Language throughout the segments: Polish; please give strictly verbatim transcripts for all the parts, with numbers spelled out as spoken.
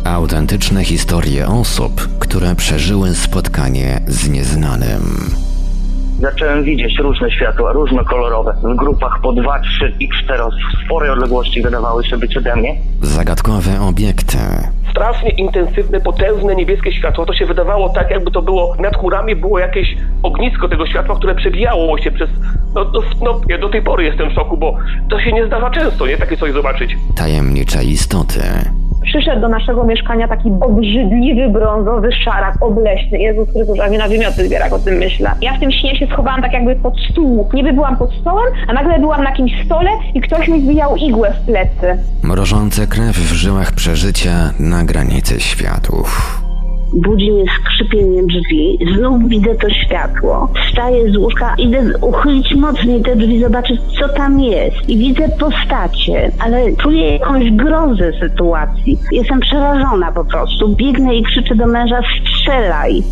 Autentyczne historie osób, które przeżyły spotkanie z nieznanym. Zacząłem widzieć różne światła, różnokolorowe, w grupach po dwa, trzy x teraz w sporej odległości wydawały się być ode mnie. Zagadkowe obiekty. Strasznie intensywne, potężne niebieskie światło. To się wydawało tak, jakby to było, nad chmurami było jakieś ognisko tego światła, które przebijało się przez... No, no, no ja do tej pory jestem w szoku, bo to się nie zdarza często, nie? Takie coś zobaczyć. Tajemnicze istoty. Przyszedł do naszego mieszkania taki obrzydliwy, brązowy szarak obleśny. Jezus Chrystus, a mnie na wymioty zbiera, jak o tym myślę. Ja w tym śnie się schowałam tak jakby pod stół. Niby byłam pod stołem, a nagle byłam na jakimś stole i ktoś mi zbijał igłę w plecy. Mrożące krew w żyłach przeżycia na granicy światów. Budzi mnie skrzypienie drzwi, znów widzę to światło. Wstaję z łóżka, idę uchylić mocniej te drzwi, zobaczyć co tam jest. I widzę postacie, ale czuję jakąś grozę sytuacji. Jestem przerażona po prostu. Biegnę i krzyczę do męża: strzelaj!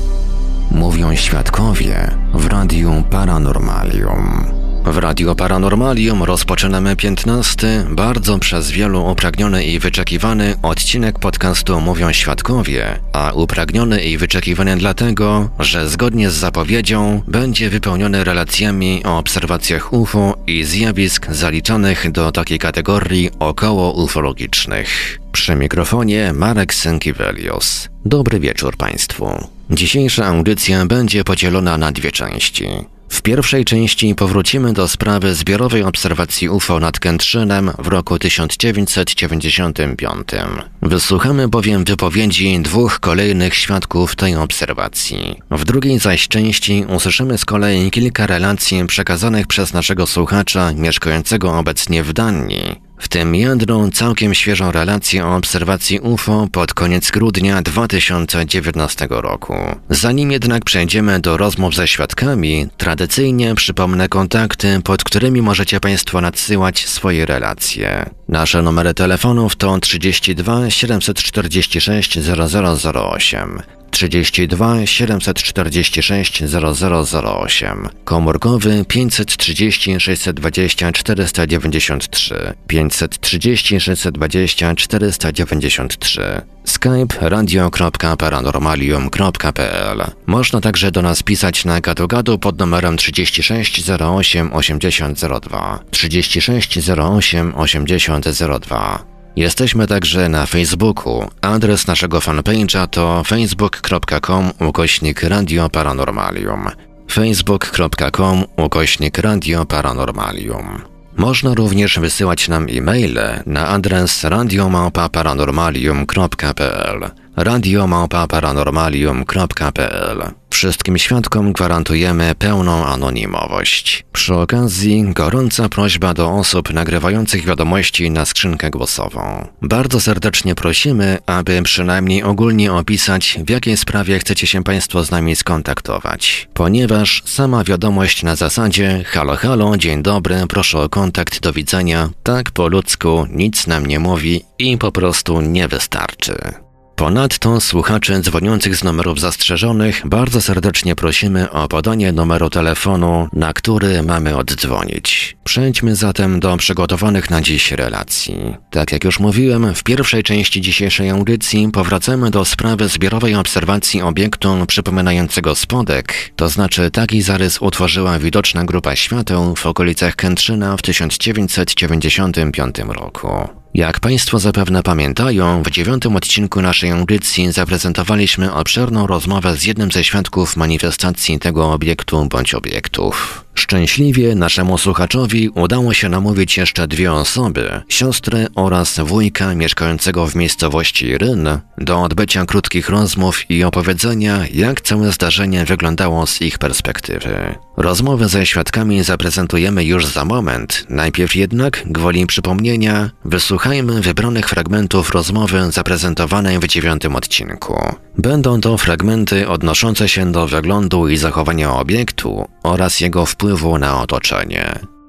Mówią świadkowie w Radiu Paranormalium. W Radiu Paranormalium rozpoczynamy piętnasty, bardzo przez wielu upragniony i wyczekiwany odcinek podcastu Mówią Świadkowie, a upragniony i wyczekiwany dlatego, że zgodnie z zapowiedzią będzie wypełniony relacjami o obserwacjach U F O i zjawisk zaliczanych do takiej kategorii około-ufologicznych. Przy mikrofonie Marek Sękiewelios. Dobry wieczór Państwu. Dzisiejsza audycja będzie podzielona na dwie części. W pierwszej części powrócimy do sprawy zbiorowej obserwacji U F O nad Kętrzynem w roku tysiąc dziewięćset dziewięćdziesiątym piątym. Wysłuchamy bowiem wypowiedzi dwóch kolejnych świadków tej obserwacji. W drugiej zaś części usłyszymy z kolei kilka relacji przekazanych przez naszego słuchacza mieszkającego obecnie w Danii, w tym jedną całkiem świeżą relację o obserwacji U F O pod koniec grudnia dwa tysiące dziewiętnastego roku. Zanim jednak przejdziemy do rozmów ze świadkami, tradycyjnie przypomnę kontakty, pod którymi możecie Państwo nadsyłać swoje relacje. Nasze numery telefonów to trzydzieści dwa siedemset czterdzieści sześć zero zero zero osiem, trzydzieści dwa siedemset czterdzieści sześć zero zero zero osiem, komórkowy pięćset trzydzieści sześćset dwadzieścia czterysta dziewięćdziesiąt trzy, pięćset trzydzieści sześćset dwadzieścia czterysta dziewięćdziesiąt trzy, skype radio kropka paranormalium kropka p l. Można także do nas pisać na gadu-gadu pod numerem trzydzieści sześć zero osiem osiemdziesiąt zero dwa, trzydzieści sześć zero osiem osiemdziesiąt zero dwa. Jesteśmy także na Facebooku. Adres naszego fanpage'a to facebook kropka com ukośnik radio paranormalium. facebook kropka com ukośnik radio paranormalium. Można również wysyłać nam e-maile na adres radio małpa paranormalium kropka p l. radio małpa paranormalium kropka p l. Wszystkim świadkom gwarantujemy pełną anonimowość. Przy okazji gorąca prośba do osób nagrywających wiadomości na skrzynkę głosową. Bardzo serdecznie prosimy, aby przynajmniej ogólnie opisać, w jakiej sprawie chcecie się Państwo z nami skontaktować. Ponieważ sama wiadomość na zasadzie halo halo, dzień dobry, proszę o kontakt, do widzenia, tak po ludzku nic nam nie mówi i po prostu nie wystarczy. Ponadto słuchaczy dzwoniących z numerów zastrzeżonych bardzo serdecznie prosimy o podanie numeru telefonu, na który mamy oddzwonić. Przejdźmy zatem do przygotowanych na dziś relacji. Tak jak już mówiłem, w pierwszej części dzisiejszej audycji powracamy do sprawy zbiorowej obserwacji obiektu przypominającego spodek, to znaczy taki zarys utworzyła widoczna grupa świateł w okolicach Kętrzyna w tysiąc dziewięćset dziewięćdziesiątym piątym roku. Jak Państwo zapewne pamiętają, w dziewiątym odcinku naszej audycji zaprezentowaliśmy obszerną rozmowę z jednym ze świadków manifestacji tego obiektu bądź obiektów. Szczęśliwie naszemu słuchaczowi udało się namówić jeszcze dwie osoby, siostrę oraz wujka mieszkającego w miejscowości Ryn, do odbycia krótkich rozmów i opowiedzenia, jak całe zdarzenie wyglądało z ich perspektywy. Rozmowę ze świadkami zaprezentujemy już za moment, najpierw jednak, gwoli przypomnienia, wysłuchajmy wybranych fragmentów rozmowy zaprezentowanej w dziewiątym odcinku. Będą to fragmenty odnoszące się do wyglądu i zachowania obiektu oraz jego wpływu na otoczenie.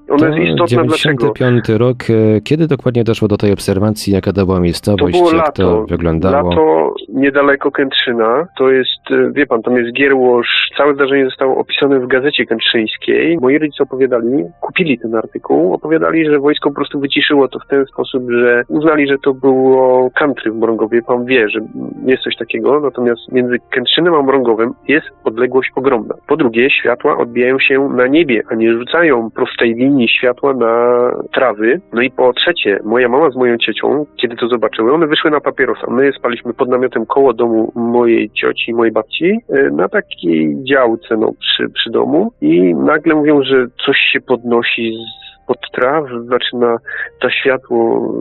Ona jest istotna dziewięćdziesiąty piąty dlaczego? rok. Kiedy dokładnie doszło do tej obserwacji? Jaka to była miejscowość? To było jak lato. to wyglądało? Lato niedaleko Kętrzyna. To jest, wie pan, tam jest Gierłosz. Całe zdarzenie zostało opisane w Gazecie Kętrzyńskiej. Moi rodzice opowiadali, kupili ten artykuł, opowiadali, że wojsko po prostu wyciszyło to w ten sposób, że uznali, że to było country w Mrągowie. Pan wie, że jest coś takiego, natomiast między Kętrzynem a Mrągowem jest odległość ogromna. Po drugie, światła odbijają się na niebie, a nie rzucają prostej linii światła na trawy. No i po trzecie, moja mama z moją ciocią, kiedy to zobaczyły, one wyszły na papierosa. My spaliśmy pod namiotem koło domu mojej cioci i mojej babci, na takiej działce no, przy, przy domu i nagle mówią, że coś się podnosi z pod traw, zaczyna to światło,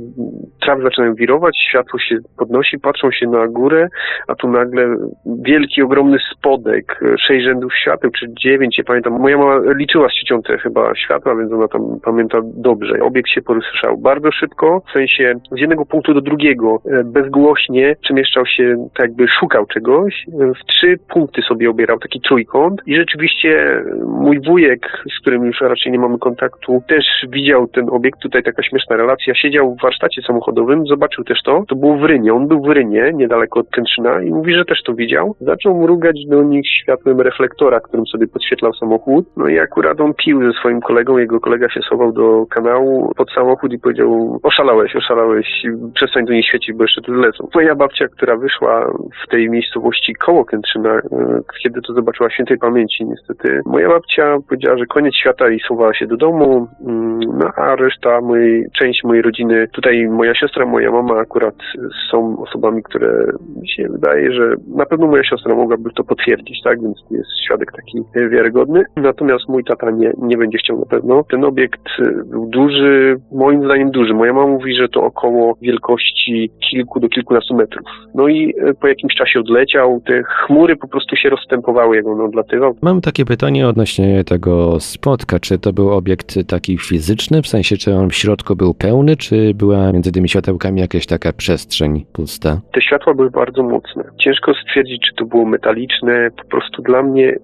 trawy zaczynają wirować, światło się podnosi, patrzą się na górę, a tu nagle wielki, ogromny spodek, sześć rzędów świateł, czy dziewięć, nie pamiętam. Moja mama liczyła z ciocią te chyba światła, więc ona tam pamięta dobrze. Obiekt się poruszał bardzo szybko, w sensie z jednego punktu do drugiego, bezgłośnie przemieszczał się, tak jakby szukał czegoś, w trzy punkty sobie obierał, taki trójkąt i rzeczywiście mój wujek, z którym już raczej nie mamy kontaktu, też widział ten obiekt, tutaj taka śmieszna relacja, siedział w warsztacie samochodowym, zobaczył też to, to było w Rynie, on był w Rynie, niedaleko od Kętrzyna i mówi, że też to widział. Zaczął mrugać do nich światłem reflektora, którym sobie podświetlał samochód, no i akurat on pił ze swoim kolegą, jego kolega się schował do kanału pod samochód i powiedział, oszalałeś, oszalałeś, przestań do nich świecić, bo jeszcze tu lecą. Moja babcia, która wyszła w tej miejscowości koło Kętrzyna, kiedy to zobaczyła świętej pamięci niestety, moja babcia powiedziała, że koniec świata i schowała się do domu. No a reszta mojej, część mojej rodziny, tutaj moja siostra, moja mama akurat są osobami, które mi się wydaje, że na pewno moja siostra mogłaby to potwierdzić, tak, więc jest świadek taki wiarygodny. Natomiast mój tata nie, nie będzie chciał na pewno. Ten obiekt był duży, moim zdaniem duży. Moja mama mówi, że to około wielkości kilku do kilkunastu metrów. No i po jakimś czasie odleciał, te chmury po prostu się rozstępowały, jak on odlatywał. Mam takie pytanie odnośnie tego spotka. Czy to był obiekt taki fizyczny, w sensie czy on w środku był pełny, czy była między tymi światełkami jakaś taka przestrzeń pusta? Te światła były bardzo mocne. Ciężko stwierdzić, czy to było metaliczne. Po prostu dla mnie,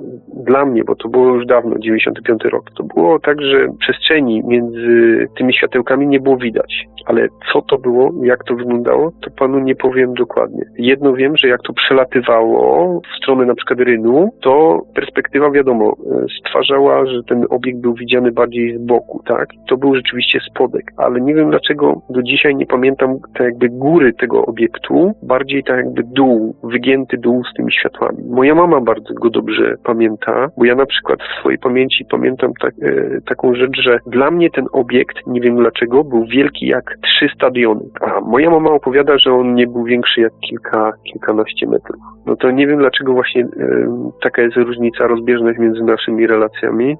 dla mnie, bo to było już dawno, dziewięćdziesiąty piąty rok, to było tak, że przestrzeni między tymi światełkami nie było widać. Ale co to było, jak to wyglądało, to panu nie powiem dokładnie. Jedno wiem, że jak to przelatywało w stronę na przykład Rynu, to perspektywa, wiadomo, stwarzała, że ten obiekt był widziany bardziej z boku, tak? To był rzeczywiście spodek, ale nie wiem dlaczego do dzisiaj nie pamiętam tak jakby góry tego obiektu, bardziej tak jakby dół, wygięty dół z tymi światłami. Moja mama bardzo go dobrze pamięta, bo ja na przykład w swojej pamięci pamiętam tak, e, taką rzecz, że dla mnie ten obiekt, nie wiem dlaczego, był wielki jak trzy stadiony. A moja mama opowiada, że on nie był większy jak kilka, kilkanaście metrów. No to nie wiem dlaczego właśnie e, taka jest różnica, rozbieżność między naszymi relacjami,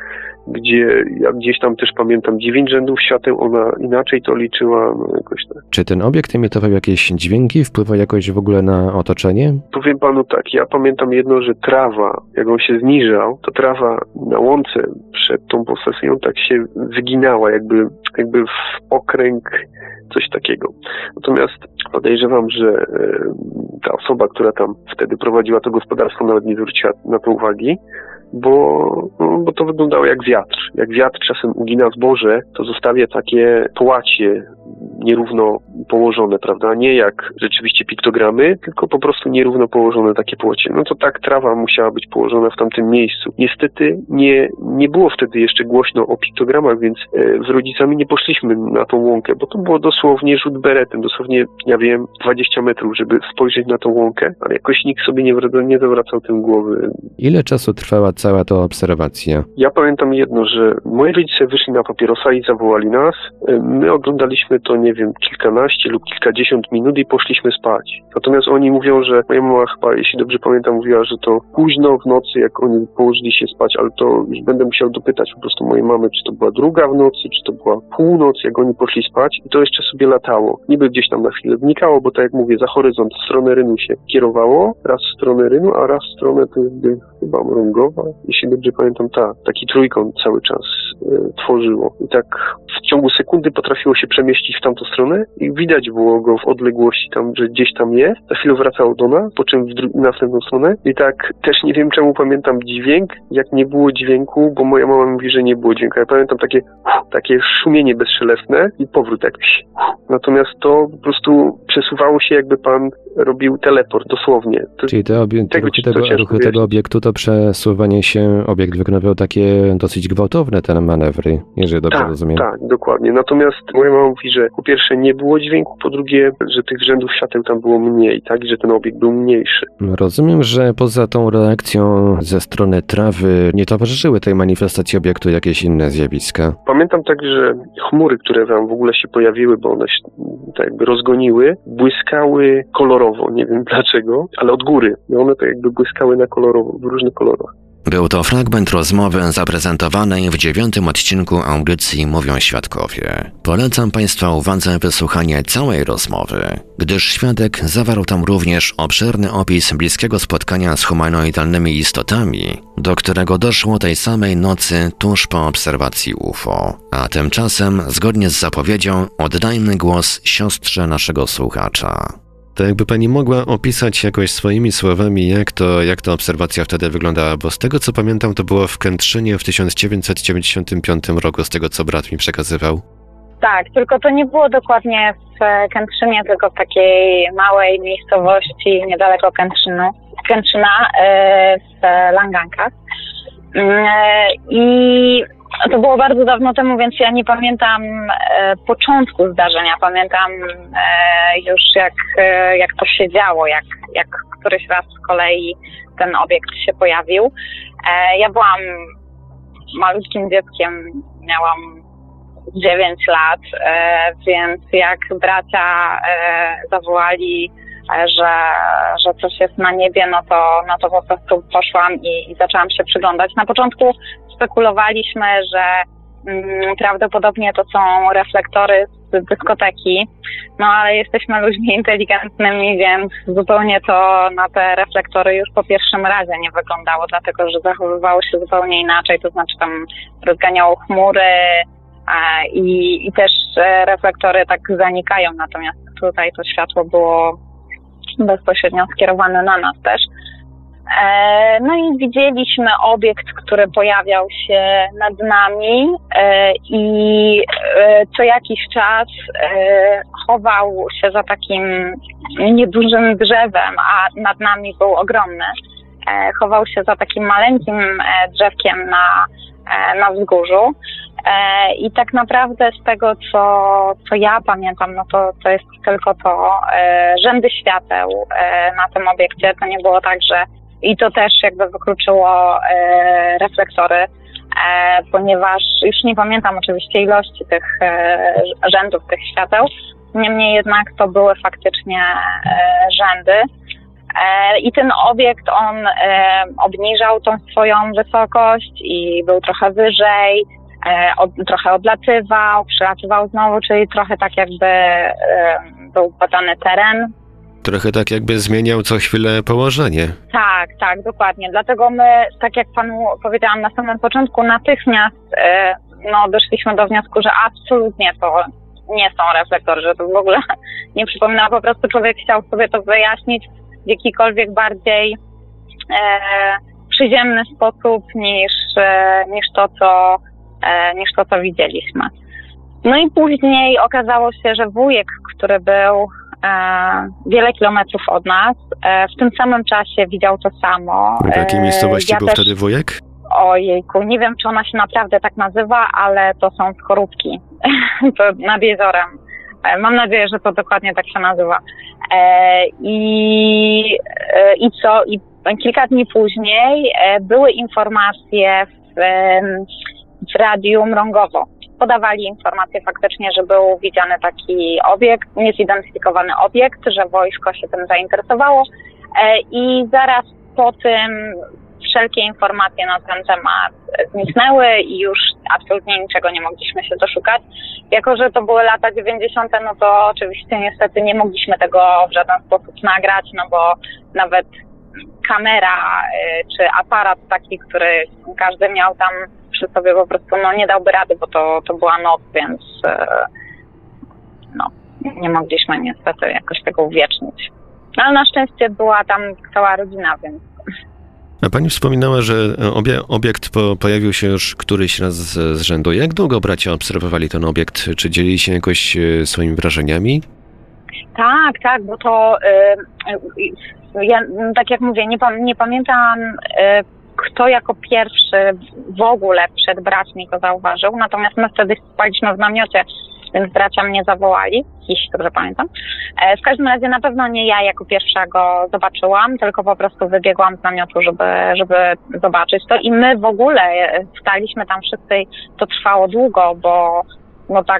gdzie ja gdzieś tam też pamiętam dziewięć rzędów świateł, ona inaczej to liczyła, no jakoś tak. Czy ten obiekt emitował jakieś dźwięki, wpływał jakoś w ogóle na otoczenie? Powiem panu tak, ja pamiętam jedno, że trawa, jak on się zniżał, to trawa na łące przed tą posesją tak się wyginała, jakby, jakby w okręg, coś takiego. Natomiast podejrzewam, że e, ta osoba, która tam wtedy prowadziła to gospodarstwo, nawet nie zwróciła na to uwagi, bo, no, bo to wyglądało jak wiatr. Jak wiatr czasem ugina zboże, to zostawia takie połacie nierówno położone, prawda? Nie jak rzeczywiście piktogramy, tylko po prostu nierówno położone takie połacie. No to tak trawa musiała być położona w tamtym miejscu. Niestety nie, nie było wtedy jeszcze głośno o piktogramach, więc e, z rodzicami nie poszliśmy na tą łąkę, bo to było dosłownie rzut beretem, dosłownie, ja wiem, dwadzieścia metrów, żeby spojrzeć na tą łąkę, ale jakoś nikt sobie nie, nie zawracał tym głowy. Ile czasu trwała cała ta obserwacja? Ja pamiętam jedno, że moi rodzice wyszli na papierosa i zawołali nas. My oglądaliśmy to, nie wiem, kilkanaście lub kilkadziesiąt minut i poszliśmy spać. Natomiast oni mówią, że moja mama chyba, jeśli dobrze pamiętam, mówiła, że to późno w nocy, jak oni położyli się spać, ale to już będę musiał dopytać po prostu mojej mamy, czy to była druga w nocy, czy to była północ, jak oni poszli spać i to jeszcze sobie latało. Niby gdzieś tam na chwilę wnikało, bo tak jak mówię, za horyzont w stronę Rynu się kierowało, raz w stronę Rynu, a raz w stronę to jakby chyba Mrągowa, jeśli dobrze pamiętam, ta, taki trójkąt cały czas y, tworzyło. I tak w ciągu sekundy potrafiło się przemieścić w tamtą stronę i widać było go w odległości tam, że gdzieś tam jest. Za chwilę wracało do nas, po czym w dru- na następną stronę. I tak też nie wiem, czemu pamiętam dźwięk, jak nie było dźwięku, bo moja mama mówi, że nie było dźwięku. Ja pamiętam takie, takie szumienie bezszelestne i powrót jakiś. Natomiast to po prostu przesuwało się, jakby pan robił teleport, dosłownie. To, Czyli te obie- tego, ruchy, tego, ruchy tego obiektu, to przesuwanie się, obiekt wykonywał takie dosyć gwałtowne te manewry, jeżeli dobrze tak, rozumiem. Tak, dokładnie. Natomiast moja mama mówi, że po pierwsze nie było dźwięku, po drugie, że tych rzędów świateł tam było mniej, tak, i że ten obiekt był mniejszy. Rozumiem, że poza tą reakcją ze strony trawy nie towarzyszyły tej manifestacji obiektu jakieś inne zjawiska. Pamiętam także chmury, które tam w ogóle się pojawiły, bo one się tak jakby rozgoniły, błyskały kolorowo, nie wiem dlaczego, ale od góry. I one tak jakby błyskały na kolorowo, w różnych kolorach. Był to fragment rozmowy zaprezentowanej w dziewiątym odcinku audycji Mówią Świadkowie. Polecam Państwa uwadze wysłuchanie całej rozmowy, gdyż świadek zawarł tam również obszerny opis bliskiego spotkania z humanoidalnymi istotami, do którego doszło tej samej nocy tuż po obserwacji U F O. A tymczasem, zgodnie z zapowiedzią, oddajmy głos siostrze naszego słuchacza. To jakby pani mogła opisać jakoś swoimi słowami, jak to, jak ta obserwacja wtedy wyglądała, bo z tego co pamiętam, to było w Kętrzynie w tysiąc dziewięćset dziewięćdziesiątym piątym roku, z tego co brat mi przekazywał. Tak, tylko to nie było dokładnie w Kętrzynie, tylko w takiej małej miejscowości niedaleko Kętrzynu, Kętrzyna w Langankach. I to było bardzo dawno temu, więc ja nie pamiętam e, początku zdarzenia. Pamiętam e, już jak, e, jak to się działo, jak, jak któryś raz z kolei ten obiekt się pojawił. E, ja byłam malutkim dzieckiem, miałam dziewięć lat, e, więc jak bracia e, zawołali, e, że, że coś jest na niebie, no to, no to po prostu poszłam i, i zaczęłam się przyglądać. Na początku spekulowaliśmy, że mm, prawdopodobnie to są reflektory z dyskoteki, no ale jesteśmy ludźmi inteligentnymi, więc zupełnie to na te reflektory już po pierwszym razie nie wyglądało, dlatego że zachowywało się zupełnie inaczej, to znaczy tam rozganiało chmury a, i, i też e, reflektory tak zanikają, natomiast tutaj to światło było bezpośrednio skierowane na nas też. No i widzieliśmy obiekt, który pojawiał się nad nami i co jakiś czas chował się za takim niedużym drzewem, a nad nami był ogromny. Chował się za takim maleńkim drzewkiem na, na wzgórzu. I tak naprawdę z tego, co, co ja pamiętam, no to, to jest tylko to rzędy świateł na tym obiekcie. To nie było tak, że i to też jakby wykluczyło e, reflektory, e, ponieważ już nie pamiętam oczywiście ilości tych e, rzędów tych świateł, niemniej jednak to były faktycznie e, rzędy. E, I ten obiekt, on e, obniżał tą swoją wysokość i był trochę wyżej, e, od, trochę odlatywał, przelatywał znowu, czyli trochę tak jakby e, był badany teren. Trochę tak jakby zmieniał co chwilę położenie. Tak, tak, dokładnie. Dlatego my, tak jak panu powiedziałam na samym początku, natychmiast e, no, doszliśmy do wniosku, że absolutnie to nie są reflektory, że to w ogóle nie przypomina. Po prostu człowiek chciał sobie to wyjaśnić w jakikolwiek bardziej e, przyziemny sposób niż, e, niż, to, co, e, niż to, co widzieliśmy. No i później okazało się, że wujek, który był wiele kilometrów od nas, w tym samym czasie widział to samo. W jakiej miejscowości ja był też, wtedy wujek? Ojejku, nie wiem, czy ona się naprawdę tak nazywa, ale to są skorupki to nad jeziorem. Mam nadzieję, że to dokładnie tak się nazywa. I, i co? I kilka dni później były informacje w, w radiu Mrągowo. Podawali informację faktycznie, że był widziany taki obiekt, niezidentyfikowany obiekt, że wojsko się tym zainteresowało i zaraz po tym wszelkie informacje na ten temat zniknęły i już absolutnie niczego nie mogliśmy się doszukać. Jako że to były lata dziewięćdziesiąte, no to oczywiście niestety nie mogliśmy tego w żaden sposób nagrać, no bo nawet kamera czy aparat taki, który każdy miał tam przy sobie, po prostu no nie dałby rady, bo to, to była noc, więc no nie mogliśmy niestety jakoś tego uwiecznić. No, ale na szczęście była tam cała rodzina, więc... A pani wspominała, że obie, obiekt po, pojawił się już któryś raz z, z rzędu. Jak długo bracia obserwowali ten obiekt? Czy dzielili się jakoś e, swoimi wrażeniami? Tak, tak, bo to y, y, ja, tak jak mówię, nie, nie pamiętam y, kto jako pierwszy w ogóle przed braćmi to zauważył, natomiast my wtedy spaliśmy w namiocie, więc bracia mnie zawołali, jeśli dobrze pamiętam. W każdym razie na pewno nie ja jako pierwsza go zobaczyłam, tylko po prostu wybiegłam z namiotu, żeby, żeby zobaczyć to i my w ogóle staliśmy tam wszyscy, to trwało długo, bo no tak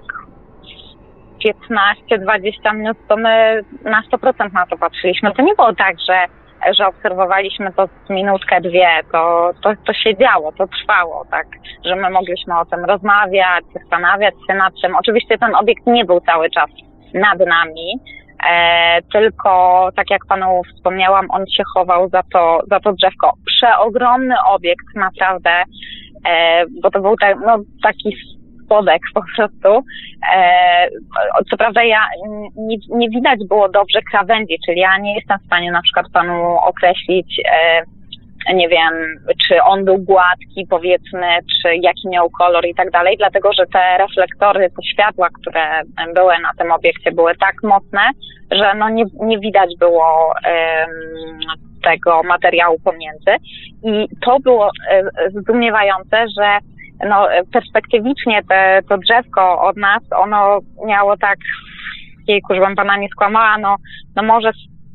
piętnaście dwadzieścia minut to my na sto procent na to patrzyliśmy. To nie było tak, że że obserwowaliśmy to z minutkę, dwie, to, to, to się działo, to trwało, tak, że my mogliśmy o tym rozmawiać, zastanawiać się nad tym. Oczywiście ten obiekt nie był cały czas nad nami, e, tylko, tak jak panu wspomniałam, on się chował za to, za to drzewko. Przeogromny obiekt, naprawdę, e, bo to był tak, no, taki spodek po prostu. E, co prawda ja nie, nie widać było dobrze krawędzi, czyli ja nie jestem w stanie na przykład panu określić, e, nie wiem, czy on był gładki, powiedzmy, czy jaki miał kolor i tak dalej, dlatego że te reflektory, te światła, które były na tym obiekcie, były tak mocne, że no nie, nie widać było e, tego materiału pomiędzy. I to było e, zdumiewające, że no perspektywicznie te, to drzewko od nas, ono miało tak, jejku, żebym pana nie skłamała, no, no może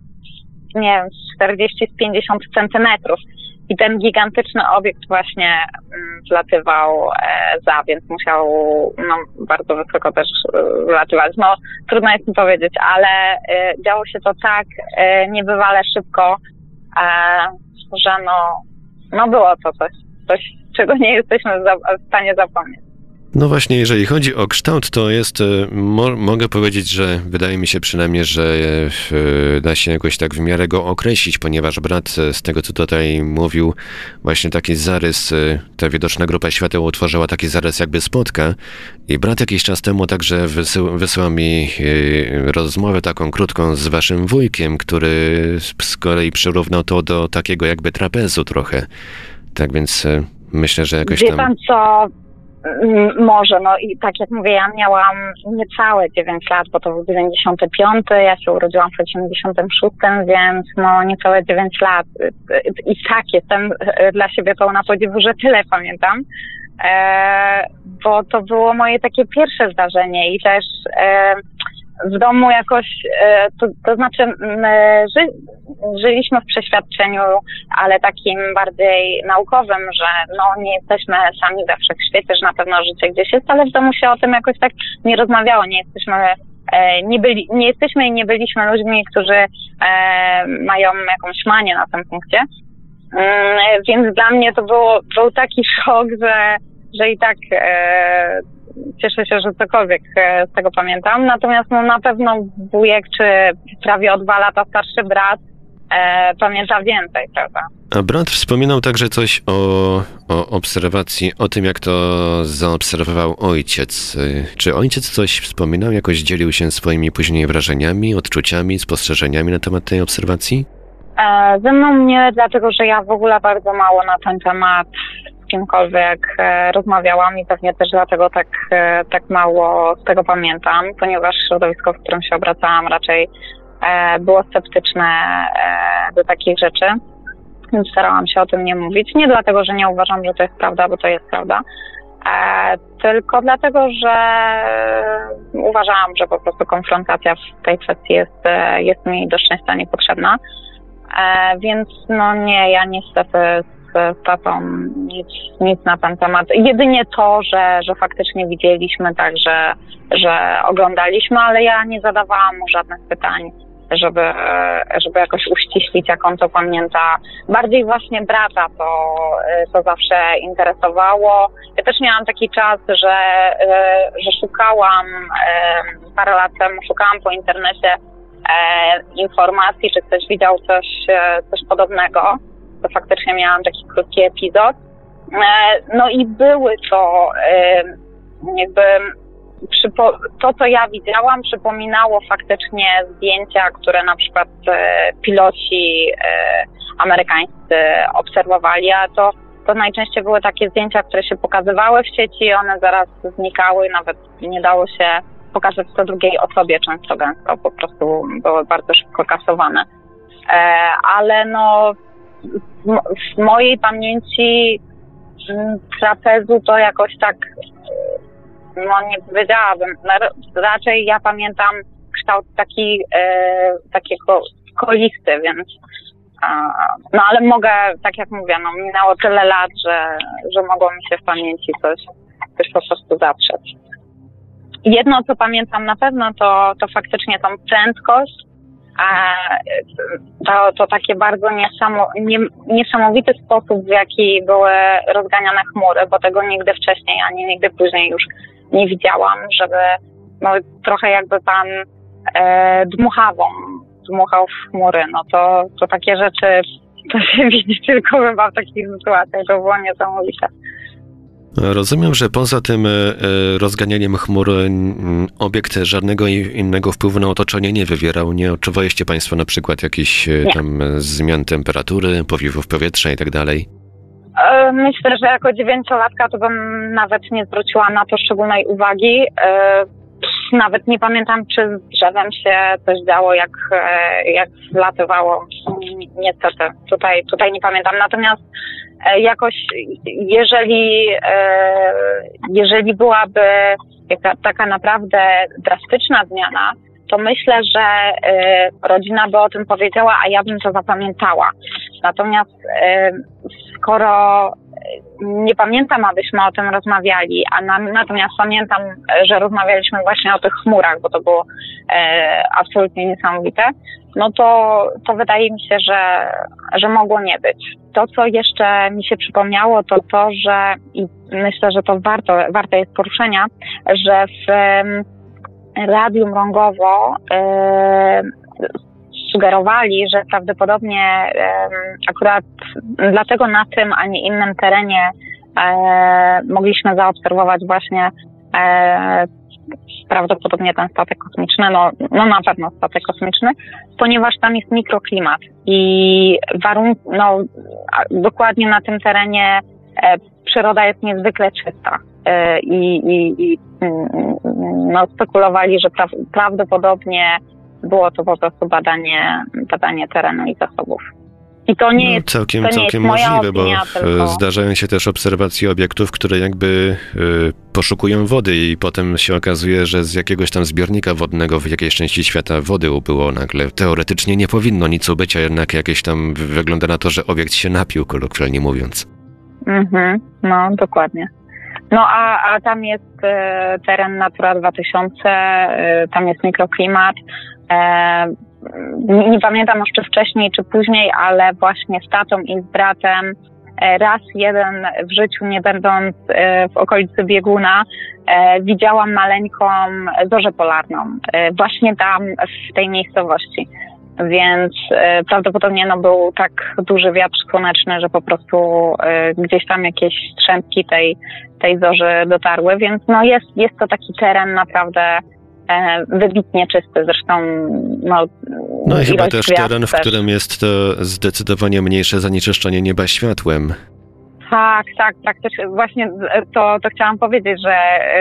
nie wiem, czterdzieści z pięćdziesiąt centymetrów. I ten gigantyczny obiekt właśnie mm, wlatywał e, za, więc musiał no, bardzo wysoko też e, wlatywać. No trudno jest mi powiedzieć, ale e, działo się to tak e, niebywale szybko, e, że no, no było to coś, coś czego nie jesteśmy w stanie zapomnieć. No właśnie, jeżeli chodzi o kształt, to jest, mo, mogę powiedzieć, że wydaje mi się przynajmniej, że e, da się jakoś tak w miarę go określić, ponieważ brat, z tego co tutaj mówił, właśnie taki zarys, ta widoczna grupa świateł utworzyła taki zarys jakby spotka i brat jakiś czas temu także wysył, wysłał mi e, rozmowę taką krótką z waszym wujkiem, który z kolei przyrównał to do takiego jakby trapezu trochę. Tak więc e, myślę, że jakoś tam... Wie pan co... Może, no i tak jak mówię, ja miałam niecałe dziewięć lat, bo to był dziewięćdziesiąty piąty, ja się urodziłam w osiemdziesiątym szóstym, więc no niecałe dziewięć lat. I tak, jestem dla siebie pełna podziwu, że tyle pamiętam, e, bo to było moje takie pierwsze zdarzenie i też e, w domu jakoś, e, to, to znaczy e, ży, żyliśmy w przeświadczeniu, ale takim bardziej naukowym, że no nie jesteśmy sami we wszechświecie, że na pewno życie gdzieś jest, ale w domu się o tym jakoś tak nie rozmawiało, nie jesteśmy, e, nie byli, nie jesteśmy i nie byliśmy ludźmi, którzy e, mają jakąś manię na tym punkcie, e, więc dla mnie to było, był taki szok, że, że i tak e, cieszę się, że cokolwiek z tego pamiętam. Natomiast no, na pewno wujek, czy prawie o dwa lata starszy brat e, pamięta więcej, prawda? A brat wspominał także coś o, o obserwacji, o tym, jak to zaobserwował ojciec. Czy ojciec coś wspominał, jakoś dzielił się swoimi później wrażeniami, odczuciami, spostrzeżeniami na temat tej obserwacji? E, ze mną nie, dlatego że ja w ogóle bardzo mało na ten temat kimkolwiek e, rozmawiałam i pewnie też dlatego tak, e, tak mało z tego pamiętam, ponieważ środowisko, w którym się obracałam, raczej e, było sceptyczne e, do takich rzeczy, więc starałam się o tym nie mówić. Nie dlatego, że nie uważam, że to jest prawda, bo to jest prawda, e, tylko dlatego, że uważałam, że po prostu konfrontacja w tej kwestii jest, e, jest mi do szczęścia niepotrzebna. E, więc no nie, ja niestety z tatą nic, nic na ten temat. Jedynie to, że, że faktycznie widzieliśmy, tak, że, że oglądaliśmy, ale ja nie zadawałam mu żadnych pytań, żeby, żeby jakoś uściślić, jak on to pamięta. Bardziej właśnie brata to, to zawsze interesowało. Ja też miałam taki czas, że, że szukałam, parę lat temu szukałam po internecie informacji, czy ktoś widział coś, coś podobnego. To faktycznie miałam taki krótki epizod. No i były to jakby przypo- to, co ja widziałam, przypominało faktycznie zdjęcia, które na przykład piloci amerykańscy obserwowali, a to, to najczęściej były takie zdjęcia, które się pokazywały w sieci, one zaraz znikały, nawet nie dało się pokazać to drugiej osobie często gęsto, po prostu były bardzo szybko kasowane. Ale no w mojej pamięci trapezu to jakoś tak, no nie powiedziałabym, raczej ja pamiętam kształt taki, e, takiego kolisty, więc a, no ale mogę, tak jak mówię, no minęło tyle lat, że, że mogło mi się w pamięci coś, coś po prostu zatrzeć. Jedno, co pamiętam na pewno, to, to faktycznie tą prędkość, a to, to takie bardzo niesamo, nie, niesamowity sposób, w jaki były rozganiane chmury, bo tego nigdy wcześniej, ani nigdy później już nie widziałam, żeby no, trochę jakby pan e, dmuchawą dmuchał w chmury, no to, to takie rzeczy to się widzi tylko chyba w takich sytuacjach, to było niesamowite. Rozumiem, że poza tym rozganianiem chmur obiekt żadnego innego wpływu na otoczenie nie wywierał. Nie odczuwaliście Państwo na przykład jakichś nie. tam zmian temperatury, powiewów powietrza i tak dalej? Myślę, że jako dziewięciolatka to bym nawet nie zwróciła na to szczególnej uwagi. Nawet nie pamiętam, czy z drzewem się coś działo, jak, jak zlatywało. Niestety, tutaj, tutaj nie pamiętam. Natomiast jakoś, jeżeli, jeżeli byłaby jaka, taka naprawdę drastyczna zmiana, to myślę, że rodzina by o tym powiedziała, a ja bym to zapamiętała. Natomiast skoro nie pamiętam, abyśmy o tym rozmawiali, a na, natomiast pamiętam, że rozmawialiśmy właśnie o tych chmurach, bo to było e, absolutnie niesamowite, no to, to wydaje mi się, że, że mogło nie być. To, co jeszcze mi się przypomniało, to to, że i myślę, że to warto, warte jest poruszenia, że w e, Radiu Mrągowo e, sugerowali, że prawdopodobnie e, akurat dlatego na tym, a nie innym terenie e, mogliśmy zaobserwować właśnie e, prawdopodobnie ten statek kosmiczny, no, no na pewno statek kosmiczny, ponieważ tam jest mikroklimat i warunki, no dokładnie na tym terenie e, przyroda jest niezwykle czysta e, i, i, i no, spekulowali, że pra- prawdopodobnie było to po prostu badanie, badanie terenu i zasobów. I to nie jest, no, całkiem, to nie całkiem jest moja możliwe, opinia, bo tylko... zdarzają się też obserwacje obiektów, które jakby y, poszukują wody i potem się okazuje, że z jakiegoś tam zbiornika wodnego w jakiejś części świata wody ubyło nagle. Teoretycznie nie powinno nic ubyć, a jednak jakieś tam wygląda na to, że obiekt się napił, kolokwialnie mówiąc. Mhm, no dokładnie. No a, a tam jest e, teren Natura dwa tysiące, e, tam jest mikroklimat. E, nie, nie pamiętam już czy wcześniej, czy później, ale właśnie z tatą i z bratem e, raz jeden w życiu, nie będąc e, w okolicy bieguna, e, widziałam maleńką zorzę polarną. E, właśnie tam, w tej miejscowości. Więc e, prawdopodobnie no, był tak duży wiatr słoneczny, że po prostu e, gdzieś tam jakieś strzępki tej, tej zorzy dotarły, więc no, jest, jest to taki teren naprawdę e, wybitnie czysty. Zresztą no, no i chyba też teren, w też. którym jest to zdecydowanie mniejsze zanieczyszczenie nieba światłem. Tak, tak, tak. Też właśnie to, to chciałam powiedzieć, że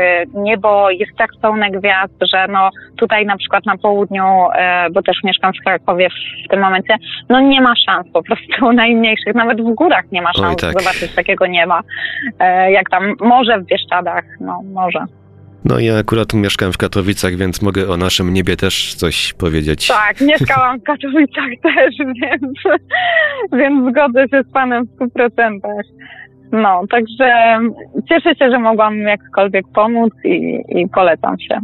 niebo jest tak pełne gwiazd, że no tutaj na przykład na południu, bo też mieszkam w Krakowie w tym momencie, no nie ma szans po prostu najmniejszych. Nawet w górach nie ma szans tak. zobaczyć takiego nieba, jak tam morze w Bieszczadach, no może. No ja akurat mieszkam w Katowicach, więc mogę o naszym niebie też coś powiedzieć. Tak, mieszkałam w Katowicach też, więc, więc zgodzę się z panem w stu procentach. No, także cieszę się, że mogłam jakkolwiek pomóc i, i polecam się.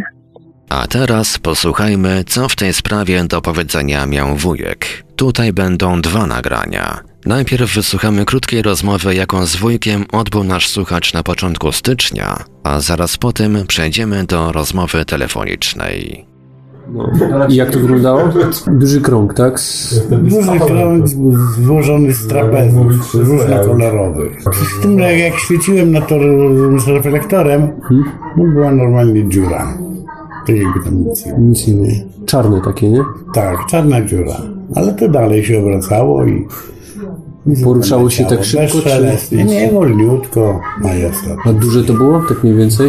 A teraz posłuchajmy, co w tej sprawie do powiedzenia miał wujek. Tutaj będą dwa nagrania. Najpierw wysłuchamy krótkiej rozmowy, jaką z wujkiem odbył nasz słuchacz na początku stycznia, a zaraz po tym przejdziemy do rozmowy telefonicznej. No. I jak to wyglądało? Duży krąg, tak? Z... Duży krąg złożony z trapezów różnokolorowych. Z tym, że jak świeciłem na to z reflektorem, hmm? no była normalnie dziura. Tak jakby tam nic nie Nic nie było. Czarne takie, nie? Tak, czarna dziura. Ale to dalej się obracało i... Poruszało się tak szybko, czy... Nie, wolniutko, majestat. A duże to było, tak mniej więcej?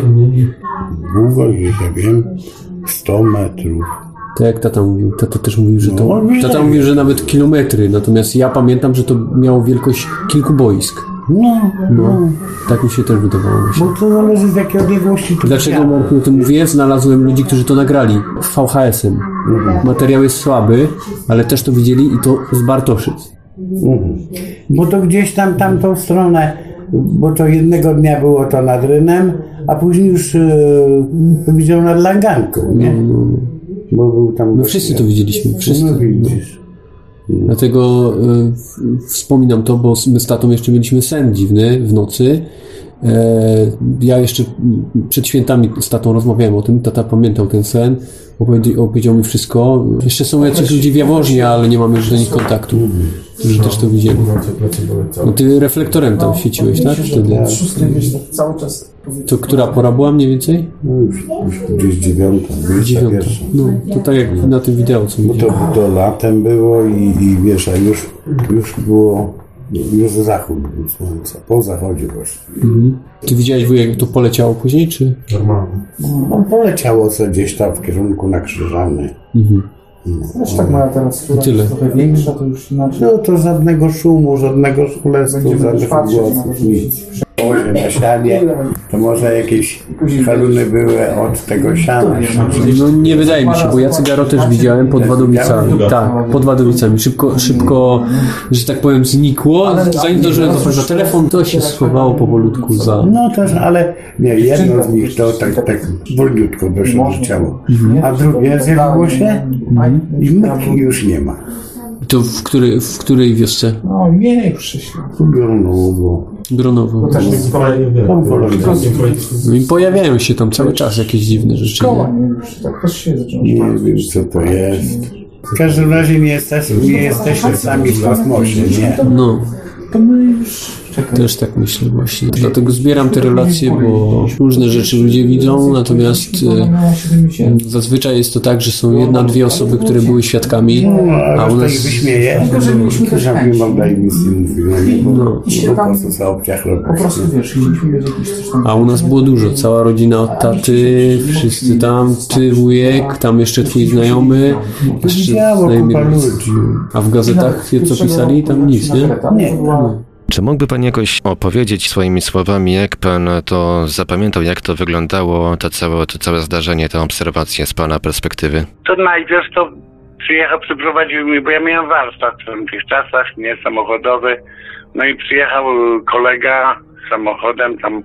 Długo, już ja wiem, sto metrów. Tak jak tata mówił. Tata też mówił, że to... No, tata mówił, że nawet kilometry, natomiast ja pamiętam, że to miało wielkość kilku boisk. No, no. no. Tak mi się też wydawało. Bo to zależy z jakiej odległości to Dlaczego Marku o tym mówię? Znalazłem ludzi, którzy to nagrali V H S-em. Mhm. Materiał jest słaby, ale też to widzieli i to z Bartoszyc. Mhm. Bo to gdzieś tam, tamtą stronę, bo to jednego dnia było to nad Rynem, a później już yy, widział nad Langanką, nie? No, no. Bo był tam... My wszyscy to widzieliśmy, wszyscy. No widzisz. Dlatego y, wspominam to, bo my z tatą jeszcze mieliśmy sen dziwny w nocy. E, ja jeszcze przed świętami z tatą rozmawiałem o tym, tata pamiętał ten sen, opowiedział, opowiedział mi wszystko. Jeszcze są jacyś ludzie w Jaworznie, ale nie mamy już do nich kontaktu, którzy też to widzieli. No ty reflektorem tam świeciłeś, tak? Wtedy. Cały czas. To która pora była mniej więcej? No już, już gdzieś dziewiąta. Dziewiąta. No, to tak jak na tym wideo, co widziałem. Bo to, to latem było i, i wiesz, a już, już było, już zachód był słońca, po zachodzie właśnie. Mhm. Ty widziałeś, wujek, jak to poleciało później, czy? Normalnie. No poleciało sobie gdzieś tam w kierunku na Krzyżany. Mhm. No. Zresztą tak moja teraz, która jest trochę większa, to już inaczej. No to żadnego szumu, żadnego szkulestu, żadnych głosów, nic. Może na sianie, to może jakieś haluny były od tego siana. No nie wydaje mi się, bo ja cygaro też widziałem pod Wadowicami. Tak, pod Wadowicami. Szybko, szybko, że tak powiem, znikło. Zanim to, że za telefon, to się schowało powolutku za... No też, ale nie, jedno z nich to tak, tak wolniutko doszło do ciała. A drugie zjawiło się i myki już nie ma. To w, który, w której wiosce? No nie, przyszło. Gronowo. Gronowo. Bo też jest no i pojawiają się tam cały czas jakieś dziwne rzeczy. Szkoła, nie już tak też się zaczęło. Nie wiem, co to jest. W każdym razie nie jesteśmy, nie jesteśmy sami w kosmosie, nie. No. To my już... Też tak myślę właśnie. Dlatego zbieram te relacje, bo różne rzeczy ludzie widzą, natomiast e, zazwyczaj jest to tak, że są jedna, dwie osoby, które były świadkami, a u nas... wyśmieje, że mi mogła i nic nie mówiła, bo po prostu za obciach robić. A u nas było dużo, cała rodzina od taty, wszyscy tam, ty wujek, tam jeszcze twój znajomy, jeszcze znajomi. A w gazetach co pisali? Tam nic, nie? Nie. Czy mógłby Pan jakoś opowiedzieć swoimi słowami, jak Pan to zapamiętał, jak to wyglądało, to całe, to całe zdarzenie, te obserwacje z Pana perspektywy? To najpierw to przyjechał, przyprowadził mi, bo ja miałem warsztat w tamtych czasach, nie, samochodowy, no i przyjechał kolega samochodem tam,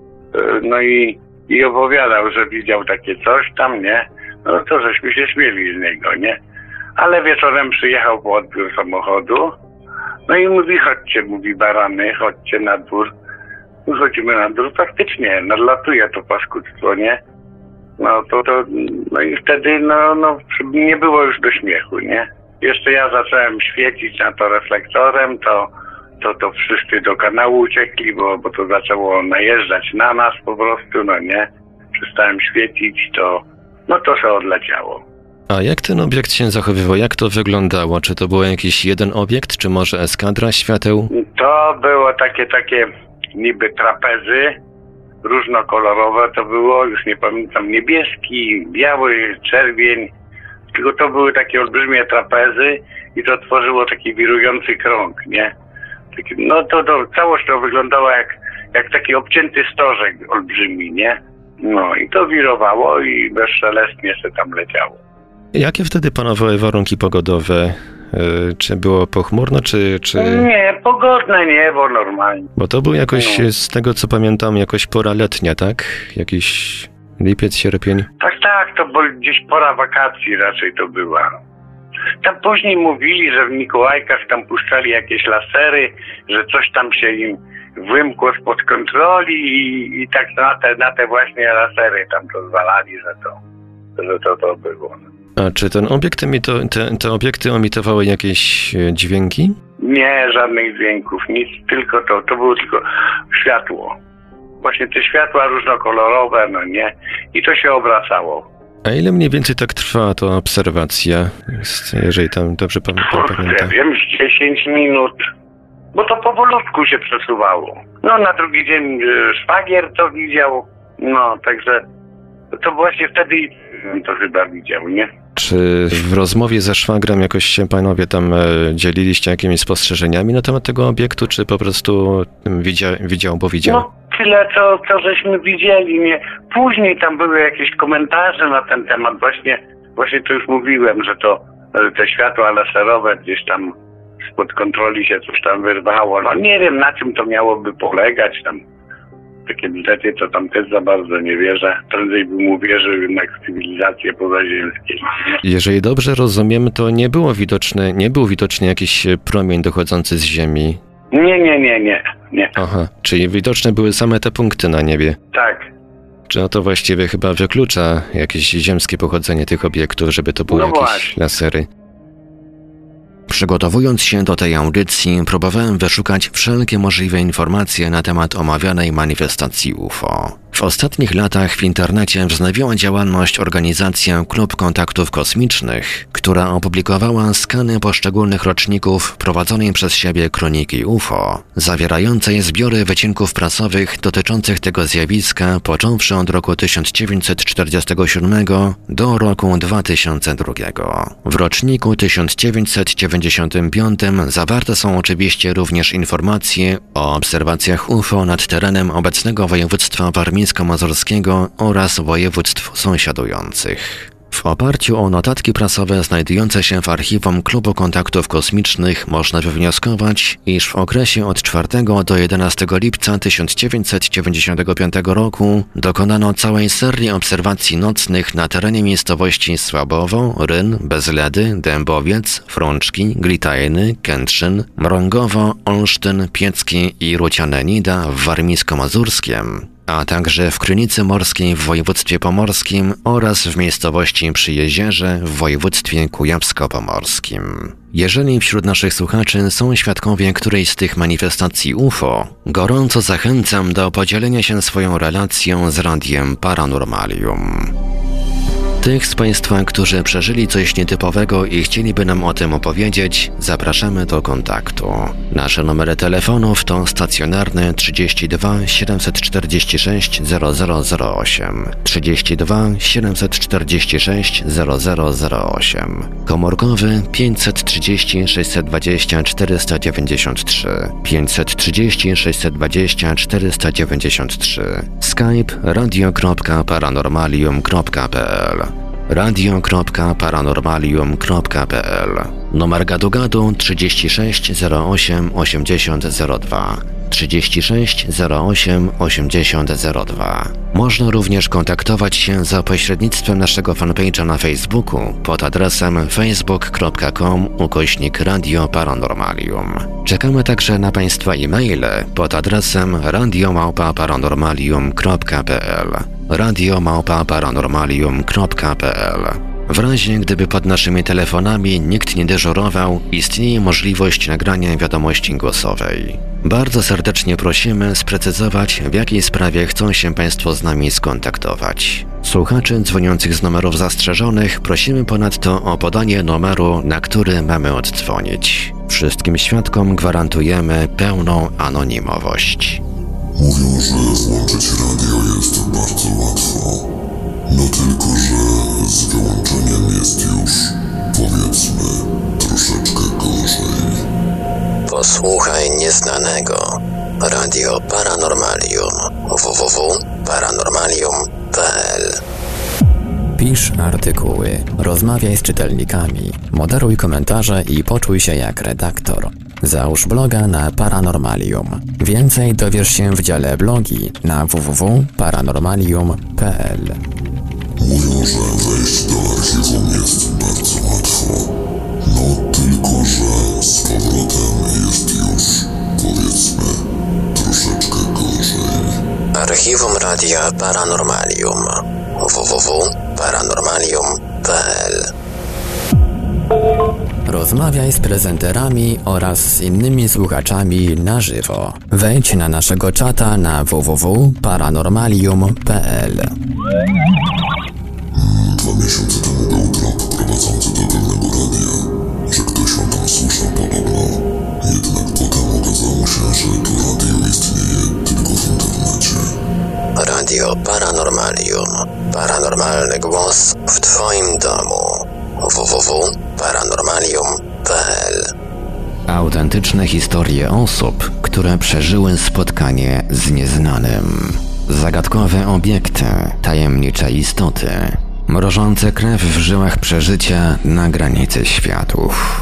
no i, i opowiadał, że widział takie coś tam, nie, no to żeśmy się śmieli z niego, nie, ale wieczorem przyjechał po odbiór samochodu. No i mówi, chodźcie, mówi barany, chodźcie na dwór. Wychodzimy na dwór, faktycznie, nadlatuje to paskudztwo, nie? No to, to, no i wtedy, no, no, nie było już do śmiechu, nie? Jeszcze ja zacząłem świecić na to reflektorem, to, to, to wszyscy do kanału uciekli, bo, bo to zaczęło najeżdżać na nas po prostu, no nie? Przestałem świecić, to, no to się odleciało. A jak ten obiekt się zachowywał? Jak to wyglądało? Czy to był jakiś jeden obiekt, czy może eskadra świateł? To było takie, takie niby trapezy różnokolorowe. To było, już nie pamiętam, niebieski, biały, czerwień. Tylko to były takie olbrzymie trapezy i to tworzyło taki wirujący krąg, nie? Taki, no to, to całość to wyglądała jak, jak taki obcięty stożek olbrzymi, nie? No i to wirowało i bezszelestnie się tam leciało. Jakie wtedy panowały warunki pogodowe? Yy, czy było pochmurno, czy, czy... Nie, pogodne niebo normalnie. Bo to był jakoś, no. z tego co pamiętam, jakoś pora letnia, tak? Jakiś lipiec, sierpień? Tak, tak, to było gdzieś pora wakacji raczej to była. Tam później mówili, że w Mikołajkach tam puszczali jakieś lasery, że coś tam się im wymkło spod kontroli i, i tak na te, na te właśnie lasery tam to zwalali, że to, że to, to było. A czy ten obiekt emito, te, te obiekty emitowały jakieś dźwięki? Nie, żadnych dźwięków, nic, tylko to, to było tylko światło. Właśnie te światła różnokolorowe, no nie, i to się obracało. A ile mniej więcej tak trwa ta obserwacja, jeżeli tam dobrze pamiętam? Ja wiem, dziesięć minut, bo to powolutku się przesuwało. No na drugi dzień szwagier to widział, no także to właśnie wtedy to chyba widział, nie? Czy w rozmowie ze szwagrem jakoś się panowie tam dzieliliście jakimiś spostrzeżeniami na temat tego obiektu, czy po prostu widział, widział bo widział? No tyle, co, co żeśmy widzieli, nie? Później tam były jakieś komentarze na ten temat, właśnie, właśnie to już mówiłem, że to te światła laserowe gdzieś tam spod kontroli się coś tam wyrwało. No nie wiem, na czym to miałoby polegać tam. Takie bzdety to tam też za bardzo nie wierzę. Prędzej bym uwierzył jednak w cywilizację pozaziemską. Jeżeli dobrze rozumiem, to nie było widoczne, nie był widoczny jakiś promień dochodzący z Ziemi. Nie, nie, nie, nie, nie. Aha, czyli widoczne były same te punkty na niebie. Tak. Czy no to właściwie chyba wyklucza jakieś ziemskie pochodzenie tych obiektów, żeby to były no jakieś właśnie. lasery? Przygotowując się do tej audycji, próbowałem wyszukać wszelkie możliwe informacje na temat omawianej manifestacji U F O. W ostatnich latach w internecie wznowiła działalność organizacja Klub Kontaktów Kosmicznych, która opublikowała skany poszczególnych roczników prowadzonej przez siebie kroniki U F O, zawierającej zbiory wycinków prasowych dotyczących tego zjawiska począwszy od roku tysiąc dziewięćset czterdziestego siódmego do roku dwa tysiące drugiego. W roczniku tysiąc dziewięćset dziewięćdziesiątym piątym zawarte są oczywiście również informacje o obserwacjach U F O nad terenem obecnego województwa warmińsko-mazurskiego oraz województw sąsiadujących. W oparciu o notatki prasowe znajdujące się w archiwum Klubu Kontaktów Kosmicznych można wywnioskować, iż w okresie od czwartego do jedenastego lipca tysiąc dziewięćset dziewięćdziesiątego piątego roku dokonano całej serii obserwacji nocnych na terenie miejscowości Słabowo, Ryn, Bezledy, Dębowiec, Frączki, Glitajny, Kętrzyn, Mrągowo, Olsztyn, Piecki i Ruciane-Nida w Warmińsko-Mazurskiem, a także w Krynicy Morskiej w województwie pomorskim oraz w miejscowości przy Jezierze w województwie kujawsko-pomorskim. Jeżeli wśród naszych słuchaczy są świadkowie którejś z tych manifestacji U F O, gorąco zachęcam do podzielenia się swoją relacją z Radiem Paranormalium. Tych z Państwa, którzy przeżyli coś nietypowego i chcieliby nam o tym opowiedzieć, zapraszamy do kontaktu. Nasze numery telefonów to stacjonarny trzydzieści dwa siedemset czterdzieści sześć zero zero zero osiem, trzydzieści dwa siedemset czterdzieści sześć zero zero zero osiem, komórkowy pięćset trzydzieści sześćset dwadzieścia czterysta dziewięćdziesiąt trzy, pięćset trzydzieści sześćset dwadzieścia czterysta dziewięćdziesiąt trzy, Skype radio kropka paranormalium kropka p l, radio kropka paranormalium kropka p l, numer gadu-gadu trzydzieści sześć zero osiem osiemdziesiąt zero dwa, trzydzieści sześć zero osiem osiemdziesiąt zero dwa. Można również kontaktować się za pośrednictwem naszego fanpage'a na Facebooku pod adresem facebook kropka com ukośnik Radio Paranormalium. Czekamy także na Państwa e-maile pod adresem radio małpa paranormalium kropka p l, radio małpa paranormalium kropka p l. W razie, gdyby pod naszymi telefonami nikt nie dyżurował, istnieje możliwość nagrania wiadomości głosowej. Bardzo serdecznie prosimy sprecyzować, w jakiej sprawie chcą się Państwo z nami skontaktować. Słuchaczy dzwoniących z numerów zastrzeżonych prosimy ponadto o podanie numeru, na który mamy oddzwonić. Wszystkim świadkom gwarantujemy pełną anonimowość. Mówią, że włączyć radio jest bardzo łatwo. No tylko, że z wyłączeniem jest już, powiedzmy, troszeczkę gorzej. Posłuchaj nieznanego. Radio Paranormalium. w w w kropka paranormalium kropka p l. Pisz artykuły, rozmawiaj z czytelnikami, moderuj komentarze i poczuj się jak redaktor. Załóż bloga na Paranormalium. Więcej dowiesz się w dziale blogi na w w w kropka paranormalium kropka p l. Mówią, że wejść do archiwum jest bardzo łatwo. No tylko, że z powrotem jest już, powiedzmy, troszeczkę gorzej. Archiwum Radia Paranormalium. w w w kropka paranormalium kropka p l Porozmawiaj z prezenterami oraz z innymi słuchaczami na żywo. Wejdź na naszego czata na w w w kropka paranormalium kropka p l. Dwa miesiące temu był trop prowadzący do pewnego radia, że ktoś on tam słyszał podobno. Jednak potem okazało się, że to radio istnieje tylko w internecie. Radio Paranormalium. Paranormalny głos w Twoim domu. w w w kropka paranormalium kropka p l. Autentyczne historie osób, które przeżyły spotkanie z nieznanym. Zagadkowe obiekty, tajemnicze istoty, mrożące krew w żyłach przeżycia na granicy światów.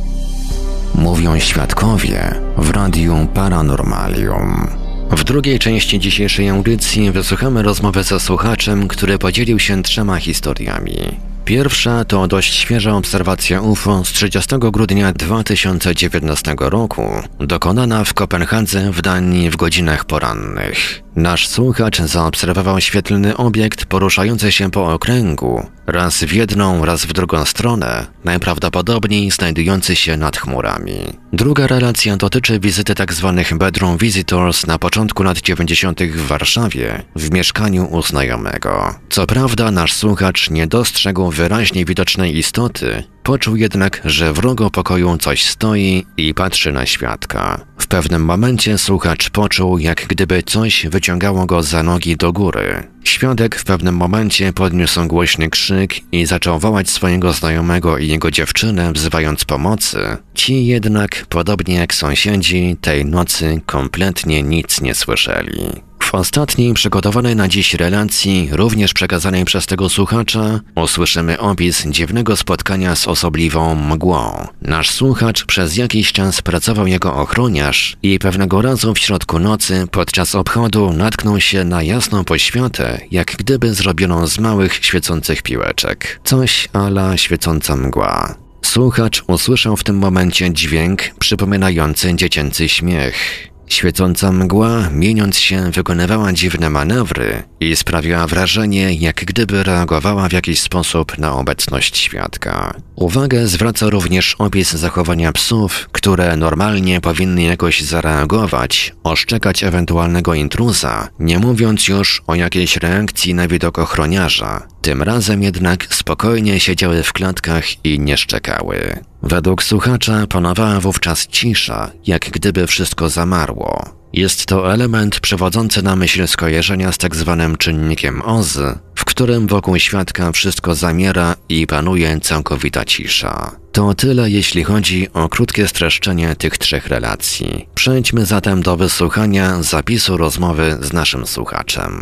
Mówią świadkowie w Radiu Paranormalium. W drugiej części dzisiejszej audycji wysłuchamy rozmowy ze słuchaczem, który podzielił się trzema historiami. Pierwsza to dość świeża obserwacja U F O z trzydziestego grudnia dwa tysiące dziewiętnastego roku, dokonana w Kopenhadze w Danii w godzinach porannych. Nasz słuchacz zaobserwował świetlny obiekt poruszający się po okręgu, raz w jedną, raz w drugą stronę, najprawdopodobniej znajdujący się nad chmurami. Druga relacja dotyczy wizyty tzw. bedroom visitors na początku lat dziewięćdziesiątych w Warszawie, w mieszkaniu u znajomego. Co prawda nasz słuchacz nie dostrzegł wyraźnie widocznej istoty, poczuł jednak, że w rogu pokoju coś stoi i patrzy na świadka. W pewnym momencie słuchacz poczuł, jak gdyby coś wyciągało go za nogi do góry. Świadek w pewnym momencie podniósł głośny krzyk i zaczął wołać swojego znajomego i jego dziewczynę, wzywając pomocy. Ci jednak, podobnie jak sąsiedzi, tej nocy kompletnie nic nie słyszeli. W ostatniej przygotowanej na dziś relacji, również przekazanej przez tego słuchacza, usłyszymy opis dziwnego spotkania z osobliwą mgłą. Nasz słuchacz przez jakiś czas pracował jako ochroniarz i pewnego razu w środku nocy podczas obchodu natknął się na jasną poświatę, jak gdyby zrobioną z małych świecących piłeczek. Coś a la świecąca mgła. Słuchacz usłyszał w tym momencie dźwięk przypominający dziecięcy śmiech. Świecąca mgła, mieniąc się, wykonywała dziwne manewry i sprawiała wrażenie, jak gdyby reagowała w jakiś sposób na obecność świadka. Uwagę zwraca również opis zachowania psów, które normalnie powinny jakoś zareagować, oszczekać ewentualnego intruza, nie mówiąc już o jakiejś reakcji na widok ochroniarza. Tym razem jednak spokojnie siedziały w klatkach i nie szczekały. Według słuchacza panowała wówczas cisza, jak gdyby wszystko zamarło. Jest to element przewodzący na myśl skojarzenia z tak zwanym czynnikiem Oz, w którym wokół świadka wszystko zamiera i panuje całkowita cisza. To tyle, jeśli chodzi o krótkie streszczenie tych trzech relacji. Przejdźmy zatem do wysłuchania zapisu rozmowy z naszym słuchaczem.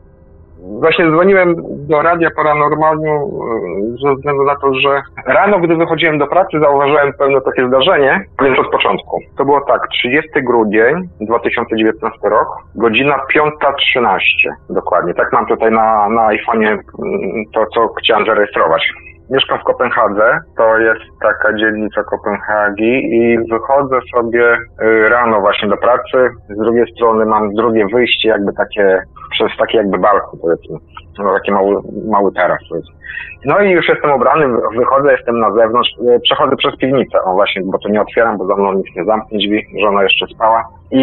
Właśnie dzwoniłem do Radia Paranormalium ze względu na to, że rano, gdy wychodziłem do pracy, zauważyłem pewne takie zdarzenie, więc od początku. To było tak, trzydziestego grudnia dwa tysiące dziewiętnastego rok, godzina piąta trzynaście dokładnie. Tak mam tutaj na, na iPhone'ie to, co chciałem zarejestrować. Mieszkam w Kopenhadze, to jest taka dzielnica Kopenhagi i wychodzę sobie rano właśnie do pracy. Z drugiej strony mam drugie wyjście, jakby takie, przez taki jakby balkon, powiedzmy. No, taki mały, mały taras, powiedzmy. No i już jestem ubrany, wychodzę, jestem na zewnątrz, przechodzę przez piwnicę, o właśnie, bo to nie otwieram, bo za mną nikt nie zamknie drzwi, żona jeszcze spała. I,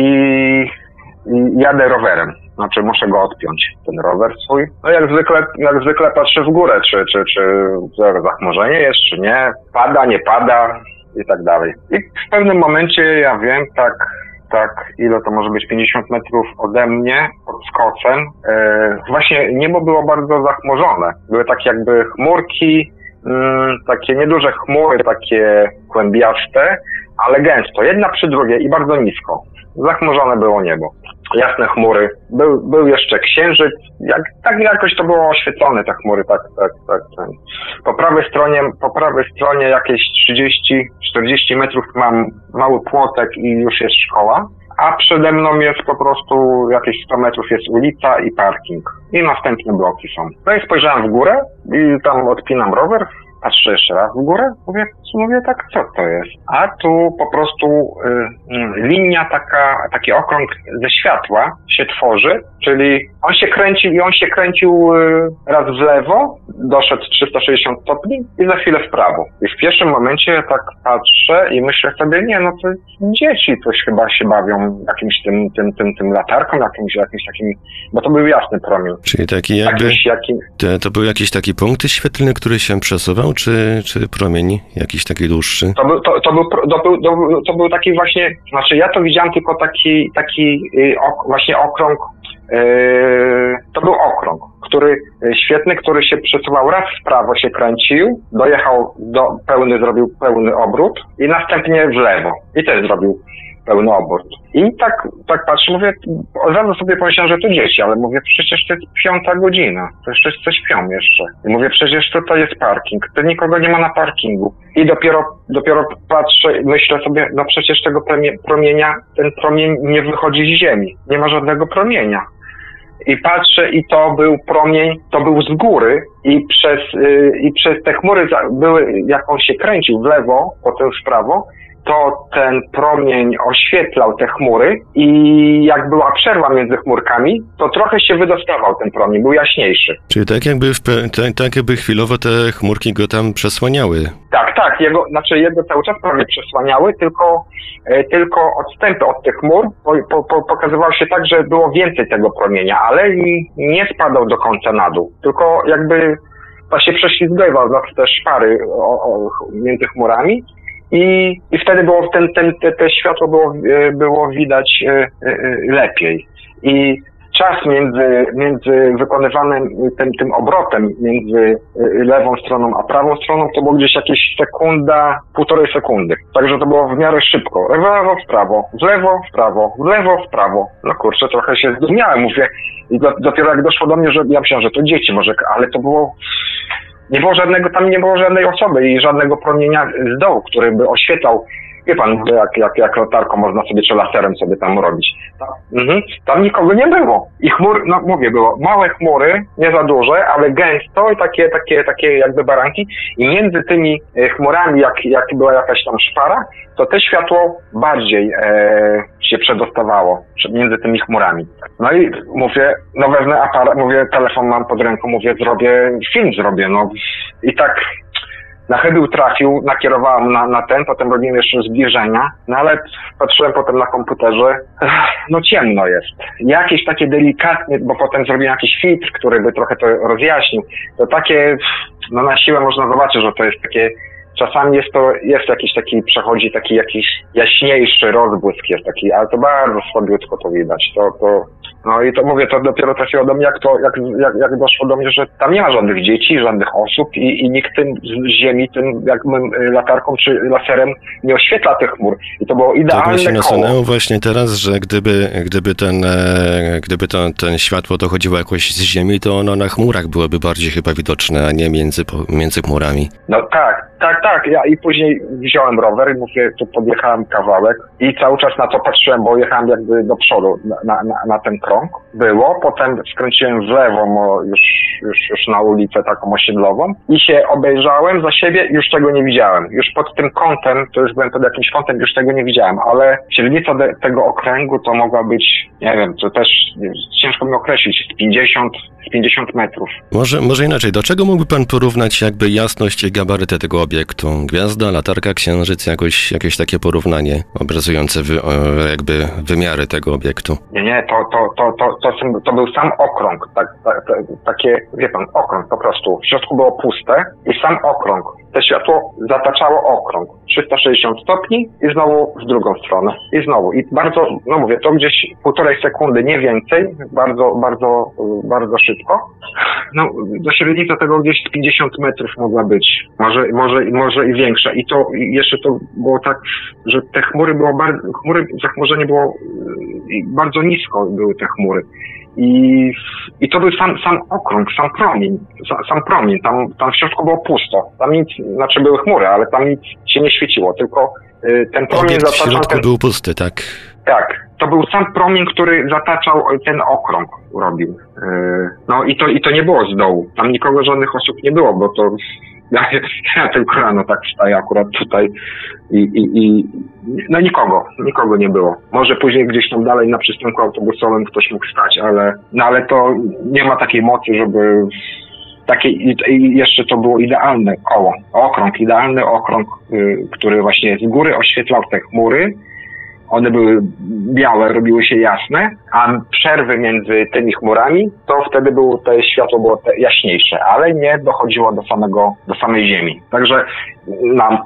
i jadę rowerem. Znaczy muszę go odpiąć, ten rower swój. No jak zwykle, jak zwykle patrzę w górę, czy, czy, czy zachmurzenie jest, czy nie. Pada, nie pada i tak dalej. I w pewnym momencie ja wiem, tak, tak, ile to może być, pięćdziesiąt metrów ode mnie, pod skosem. E, właśnie niebo było bardzo zachmurzone. Były takie jakby chmurki, mm, takie nieduże chmury, takie kłębiaste, ale gęsto, jedna przy drugiej i bardzo nisko. Zachmurzone było niebo. Jasne chmury. Był, był jeszcze księżyc. Jak, tak jakoś to było oświetlone, te chmury, tak, tak, tak. tak. Po prawej stronie, po prawej stronie jakieś trzydzieści czterdzieści metrów mam mały płotek i już jest szkoła. A przede mną jest po prostu jakieś sto metrów jest ulica i parking. I następne bloki są. No i spojrzałem w górę i tam odpinam rower. patrzę jeszcze raz w górę, mówię, mówię tak, co to jest? A tu po prostu y, y, linia taka, taki okrąg ze światła się tworzy, czyli on się kręcił i on się kręcił y, raz w lewo, doszedł trzysta sześćdziesiąt stopni i za chwilę w prawo. I w pierwszym momencie tak patrzę i myślę sobie, nie, no to dzieci coś chyba się bawią jakimś tym, tym, tym, tym latarką, jakimś, jakimś takim, bo to był jasny promień. Czyli taki jakby, jakimś, jakim... to, to był jakiś taki punkt świetlny, który się przesuwał, czy, czy promień jakiś taki dłuższy? To był, to, to, był, to, był, to, był, to był taki właśnie, znaczy ja to widziałem tylko taki, taki yy, ok, właśnie okrąg, yy, to był okrąg, który świetny, który się przesuwał raz w prawo, się kręcił, dojechał do pełny, zrobił pełny obrót i następnie w lewo i też zrobił pełny obrót. I tak, tak patrzę, mówię, od razu sobie pomyślałem, że to dzieci, ale mówię, przecież to jest piąta godzina, to jeszcze coś śpią jeszcze. I mówię, przecież tutaj jest parking, to nikogo nie ma na parkingu. I dopiero, dopiero patrzę i myślę sobie, no przecież tego promienia, ten promień nie wychodzi z ziemi, nie ma żadnego promienia. I patrzę i to był promień, to był z góry i przez, yy, i przez te chmury były, jak on się kręcił w lewo, potem w prawo, to ten promień oświetlał te chmury i jak była przerwa między chmurkami, to trochę się wydostawał ten promień, był jaśniejszy. Czyli tak jakby, w, tak, tak jakby chwilowo te chmurki go tam przesłaniały. Tak, tak, jego, znaczy jego cały czas prawie przesłaniały, tylko, e, tylko odstępy od tych chmur po, po, po, pokazywało się tak, że było więcej tego promienia, ale nie spadał do końca na dół, tylko jakby tak się prześlizgiwał na te szpary o, o, między chmurami. I, i wtedy było ten, ten, te, te światło było, było widać lepiej. I czas między, między wykonywanym tym, tym obrotem między lewą stroną a prawą stroną to było gdzieś jakieś sekunda, półtorej sekundy. Także to było w miarę szybko. W lewo, w prawo, w lewo, w prawo, w lewo, w prawo. No kurczę, trochę się zdumiałem, mówię. I do, dopiero jak doszło do mnie, że ja myślałem, że to dzieci może, ale to było... Nie było żadnego, tam nie było żadnej osoby i żadnego promienia z dołu, który by oświetlał, wie pan, jak, jak, jak latarką można sobie, czy laserem sobie tam robić. Tam, mhm, tam nikogo nie było. I chmur, no mówię, było małe chmury, nie za duże, ale gęsto i takie, takie, takie jakby baranki. I między tymi chmurami, jak, jak była jakaś tam szpara, to te światło bardziej e, się przedostawało między tymi chmurami. No i mówię, no wezmę aparat, mówię, telefon mam pod ręką, mówię, zrobię, film zrobię, no. I tak na chybił trafił, nakierowałem na, na ten, potem robiłem jeszcze zbliżenia, no ale patrzyłem potem na komputerze, no ciemno jest. Jakieś takie delikatnie, bo potem zrobiłem jakiś filtr, który by trochę to rozjaśnił, to takie, no na siłę można zobaczyć, że to jest takie, czasami jest to, jest jakiś taki, przechodzi taki jakiś jaśniejszy rozbłysk jest taki, ale to bardzo słabiutko to widać, to, to, no i to mówię, to dopiero trafiło do mnie, jak to, jak, jak, jak doszło do mnie, że tam nie ma żadnych dzieci, żadnych osób i, i nikt tym z ziemi, tym jakbym latarką czy laserem nie oświetla tych chmur. I to było idealne tak mi się koło. nasunęło właśnie teraz, że gdyby, gdyby ten, e, gdyby to, ten światło dochodziło jakoś z ziemi, to ono na chmurach byłoby bardziej chyba widoczne, a nie między, między chmurami. No tak, tak, tak. Ja i później wziąłem rower i mówię, tu podjechałem kawałek i cały czas na to patrzyłem, bo jechałem jakby do przodu na, na, na ten krąg. Było, potem skręciłem w lewo mo, już, już, już na ulicę taką osiedlową i się obejrzałem za siebie i już tego nie widziałem. Już pod tym kątem, to już byłem pod jakimś kątem, już tego nie widziałem, ale średnica de, tego okręgu to mogła być, nie wiem, to też ciężko mi określić, z pięćdziesiąt metrów. Może, może inaczej, do czego mógłby pan porównać jakby jasność i gabarytę tego obiektu? Gwiazda, latarka, księżyc, jakoś, jakieś takie porównanie obrazujące wy, jakby wymiary tego obiektu? Nie, nie, to, to, to, to, to, to był sam okrąg, tak, tak, takie, wie pan, okrąg po prostu. W środku było puste i sam okrąg. To światło zataczało okrąg. trzysta sześćdziesiąt stopni i znowu w drugą stronę. I znowu. I bardzo, no mówię, to gdzieś półtorej sekundy, nie więcej. Bardzo, bardzo, bardzo szybko. No, do średnica tego gdzieś pięćdziesiąt metrów mogła być. Może, może, może i większa. I to i jeszcze to było tak, że te chmury było bardzo, chmury, zachmurzenie było bardzo nisko były te chmury. I, i to był sam, sam okrąg, sam promień, sam, sam promień, tam, tam w środku było pusto, tam nic, znaczy były chmury, ale tam nic się nie świeciło, tylko y, ten promień obiekt zataczał... w środku ten... był pusty, tak? Tak, to był sam promień, który zataczał ten okrąg, robił. Yy, no i to, i to nie było z dołu, tam nikogo, żadnych osób nie było, bo to Ja, ja tylko rano tak wstaję akurat tutaj i, i, i no nikogo, nikogo nie było. Może później gdzieś tam dalej na przystanku autobusowym ktoś mógł stać, ale, no ale to nie ma takiej mocy, żeby takie, i jeszcze to było idealne koło, okrąg, idealny okrąg, y, który właśnie z góry oświetlał te chmury. One były białe, robiły się jasne, a przerwy między tymi chmurami, to wtedy było, to światło było te jaśniejsze, ale nie dochodziło do samego, do samej ziemi. Także nam,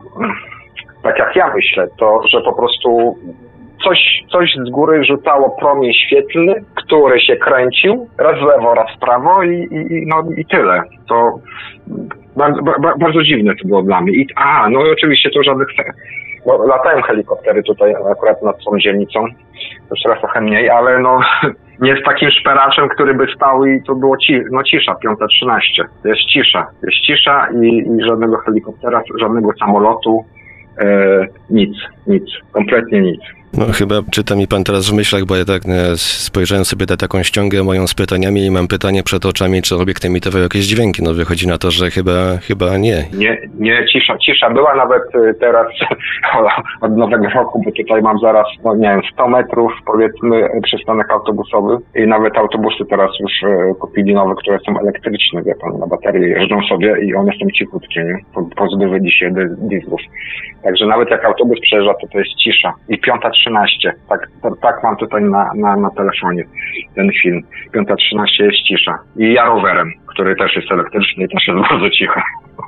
tak jak ja myślę, to, że po prostu coś, coś z góry rzucało promień świetlny, który się kręcił, raz w lewo, raz w prawo i, i, no, i tyle. To bardzo, bardzo dziwne to było dla mnie. I, a, no i oczywiście to żadnych... Bo latają helikoptery tutaj akurat nad tą dzielnicą, już teraz trochę mniej, ale no nie z takim szperaczem, który by stał i to było ci, no cisza, piąta trzynaście. Jest cisza, jest cisza i, i żadnego helikoptera, żadnego samolotu, e, nic, nic, kompletnie nic. No chyba czyta mi pan teraz w myślach, bo ja tak e, spojrzałem sobie na taką ściągę moją z pytaniami i mam pytanie przed oczami, czy obiekt emitował jakieś dźwięki. No wychodzi na to, że chyba chyba nie. Nie, nie, cisza, cisza była nawet teraz od nowego roku, bo tutaj mam zaraz, no nie wiem, sto metrów powiedzmy przystanek autobusowy i nawet autobusy teraz już e, kupili nowe, które są elektryczne, wie pan, na baterie jeżdżą sobie i one są cichutkie, nie? Pozbyli się dieslów. Także nawet jak autobus przejeżdża, to to jest cisza. I piąta trzynaście. Tak, tak, tak mam tutaj na, na, na telefonie ten film. piąta trzynaście jest cisza. I ja rowerem, który też jest elektryczny i też jest bardzo cicho.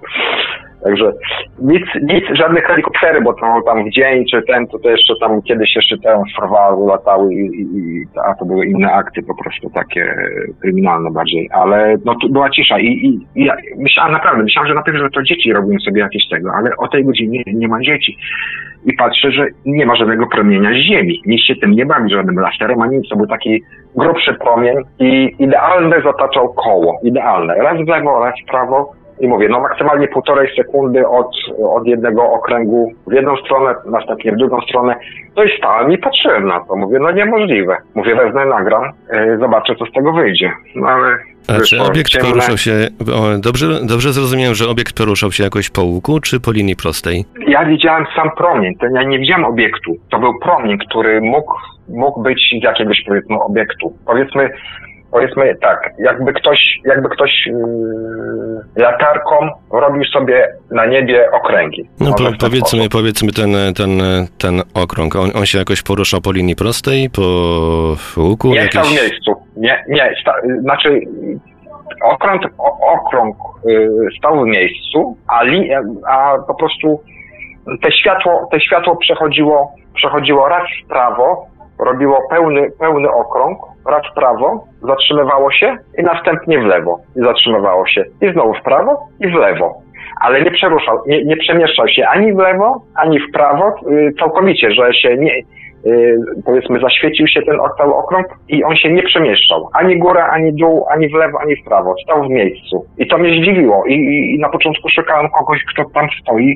Także nic, nic, żadne helikoptery, bo to tam w dzień czy ten, to, to jeszcze tam kiedyś jeszcze te frwały, latały i, i, i a to były inne akty po prostu takie kryminalne bardziej, ale no tu była cisza i, i, i ja myślałem naprawdę, myślałem, że najpierw, że to dzieci robią sobie jakieś tego, ale o tej godzinie nie ma dzieci. I patrzę, że nie ma żadnego promienia z ziemi. Nikt się tym nie bawi, żadnym laserem, ani nic. To był taki grubszy promień i idealne zataczał koło. Idealne. Raz w lewo, raz w prawo. I mówię, no maksymalnie półtorej sekundy od, od jednego okręgu w jedną stronę, następnie w drugą stronę. No i stałem i patrzyłem na to. Mówię, no niemożliwe. Mówię, wezmę, nagram, yy, zobaczę, co z tego wyjdzie. No ale... A czy obiekt ciemne. poruszał się... O, dobrze, dobrze zrozumiałem, że obiekt poruszał się jakoś po łuku, czy po linii prostej? Ja widziałem sam promień. To ja nie widziałem obiektu. To był promień, który mógł, mógł być z jakiegoś, powiedzmy, obiektu. Powiedzmy, Powiedzmy tak, jakby ktoś, jakby ktoś yy, latarką robił sobie na niebie okręgi. No po, powiedzmy, powiedzmy ten, ten, ten okrąg, on, on się jakoś poruszał po linii prostej, po łuku? Nie jakieś... stał w miejscu, nie, nie, sta, znaczy okrąg, o, okrąg yy, stał w miejscu, a, li, a po prostu te światło, te światło przechodziło, przechodziło raz w prawo, robiło pełny, pełny okrąg, raz w prawo, zatrzymywało się i następnie w lewo. I zatrzymywało się. I znowu w prawo i w lewo. Ale nie przeruszał, nie, nie przemieszczał się ani w lewo, ani w prawo, yy, całkowicie, że się nie, yy, powiedzmy, zaświecił się ten cały okrąg i on się nie przemieszczał. Ani góra, ani dół, ani w lewo, ani w prawo. Stał w miejscu. I to mnie zdziwiło. I, i, i na początku szukałem kogoś, kto tam stoi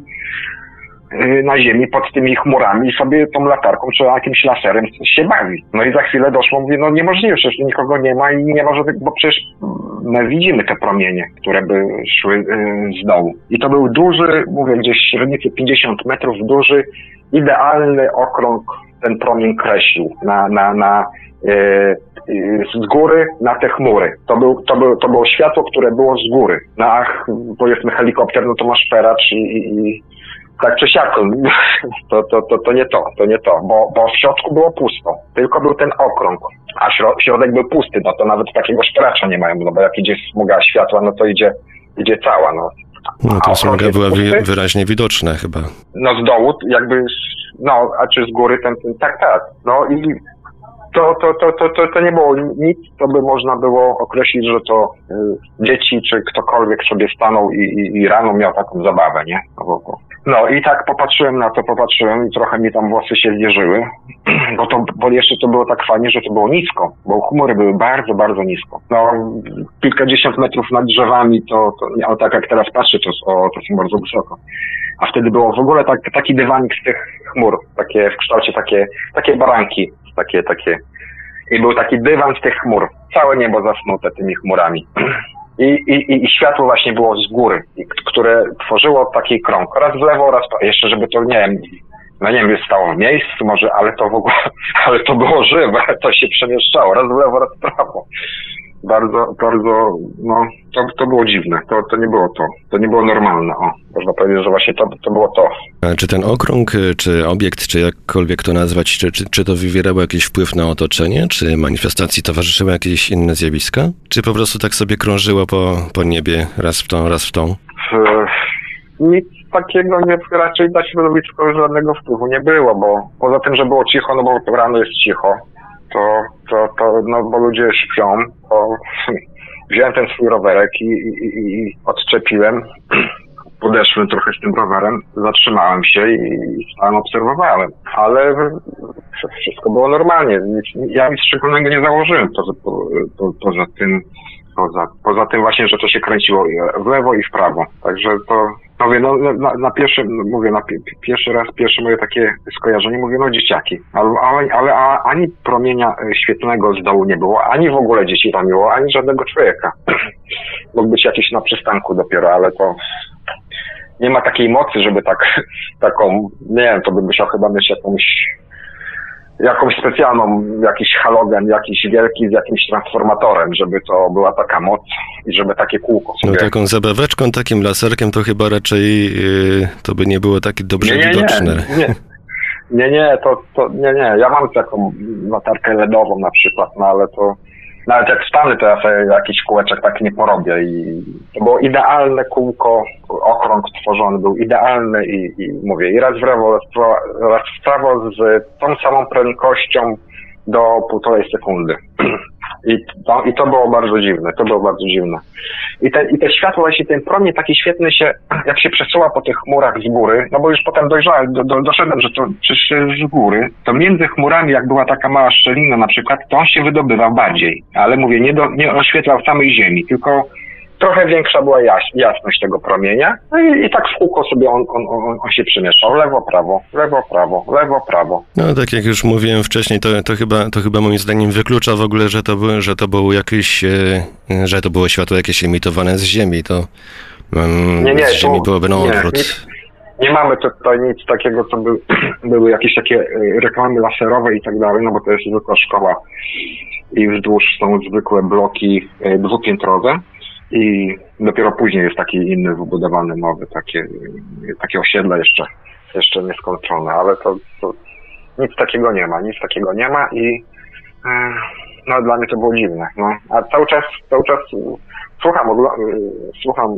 na ziemi pod tymi chmurami i sobie tą latarką czy jakimś laserem się bawi. No i za chwilę doszło, mówię, no niemożliwe, przecież nikogo nie ma i nie ma żadnych, bo przecież my widzimy te promienie, które by szły y, z dołu. I to był duży, mówię, gdzieś średnicy pięćdziesiąt metrów, duży, idealny okrąg ten promień kreślił na, na, na y, y, z góry na te chmury. To, był, to, był, to było światło, które było z góry. No a powiedzmy helikopter, no to ma szperacz i, i, i tak czy siak, to, to, to, to nie to, to nie to, bo, bo w środku było pusto, tylko był ten okrąg, a śro, środek był pusty, no to nawet takiego szperacza nie mają, no bo jak idzie smuga światła, no to idzie, idzie cała, no. No to smuga była wi- wyraźnie widoczna chyba. No z dołu jakby, no, a czy z góry ten, ten tak, tak, no i to, to, to, to, to, to nie było nic, co by można było określić, że to y, dzieci czy ktokolwiek sobie stanął i, i, i rano miał taką zabawę, nie? No, no i tak popatrzyłem na to, popatrzyłem i trochę mi tam włosy się zjeżyły, bo to, bo jeszcze to było tak fajnie, że to było nisko, bo chmury były bardzo, bardzo nisko. No, kilkadziesiąt metrów nad drzewami, to, to o, tak jak teraz patrzę, to, o, to są bardzo wysoko. A wtedy było w ogóle tak, taki dywanik z tych chmur, takie w kształcie takie, takie baranki, takie, takie. I był taki dywan z tych chmur. Całe niebo zasnute tymi chmurami. I, i, i światło właśnie było z góry, które tworzyło taki krąg. Raz w lewo, raz w... jeszcze żeby to, nie wiem, no nie wiem, stało w miejscu może, ale to w ogóle, ale to było żywe, to się przemieszczało. Raz w lewo, raz w prawo. Bardzo, bardzo, no, to, to było dziwne. To, to nie było to. To nie było normalne. O, można powiedzieć, że właśnie to, to było to. A czy ten okrąg, czy obiekt, czy jakkolwiek to nazwać, czy, czy, czy to wywierało jakiś wpływ na otoczenie? Czy manifestacji towarzyszyły jakieś inne zjawiska? Czy po prostu tak sobie krążyło po, po niebie raz w tą, raz w tą? Nic takiego nie, raczej na środowisko żadnego wpływu nie było, bo poza tym, że było cicho, no bo rano jest cicho, to, to, to no bo ludzie śpią, to wziąłem ten swój rowerek i, i, i odczepiłem, podeszłem trochę z tym rowerem, zatrzymałem się i, i stałem, obserwowałem, ale wszystko było normalnie, nic, ja nic szczególnego nie założyłem poza, po, po, poza tym, Poza, poza tym właśnie, że to się kręciło w lewo i w prawo. Także to, mówię, no na, na pierwszy, mówię, na pi, pierwszy raz, pierwsze moje takie skojarzenie, mówię, no dzieciaki. Ale, ale, ale a, ani promienia świetlnego z dołu nie było, ani w ogóle dzieci tam nie było, ani żadnego człowieka. Mógł być jakiś na przystanku dopiero, ale to nie ma takiej mocy, żeby tak, taką, nie wiem, to by musiał chyba mieć jakąś jakąś specjalną, jakiś halogen, jakiś wielki z jakimś transformatorem, żeby to była taka moc i żeby takie kółko sobie... No taką zabaweczką, takim laserkiem to chyba raczej yy, to by nie było takie dobrze nie, nie, widoczne. Nie, nie, nie, nie, to, to nie, nie, ja mam taką latarkę L E D ową na przykład, no ale to nawet jak wstanę, to ja sobie jakiś kółeczek tak nie porobię i to było idealne kółko, okrąg tworzony był idealny i, i mówię, i raz w lewo, raz w prawo z tą samą prędkością do półtorej sekundy. I to, I to było bardzo dziwne, to było bardzo dziwne. I te, i te światło, właśnie ten promień taki świetny się, jak się przesuwa po tych chmurach z góry, no bo już potem dojrzałem, do, do, doszedłem, że to przecież z góry, to między chmurami, jak była taka mała szczelina na przykład, to on się wydobywał bardziej. Ale mówię, nie, do, nie oświetlał samej ziemi, tylko trochę większa była jas, jasność tego promienia. No i, i tak w kółko sobie on, on, on, on się przemieszczał. Lewo, prawo, lewo, prawo, lewo, prawo. No tak jak już mówiłem wcześniej, to, to, chyba, to chyba moim zdaniem wyklucza w ogóle, że to, był, że to było jakieś, że to było światło jakieś emitowane z Ziemi. To um, nie, nie, z Ziemi to, byłoby na odwrót. Nie, nie mamy tutaj nic takiego, co by, były jakieś takie reklamy laserowe i tak dalej, no bo to jest zwykła szkoła i wzdłuż są zwykłe bloki dwupiętrowe. I dopiero później jest taki inny wybudowany nowy, takie, takie osiedle jeszcze, jeszcze nieskończone, ale to, to nic takiego nie ma, nic takiego nie ma i no dla mnie to było dziwne, no. A cały czas, cały czas słucham, słucham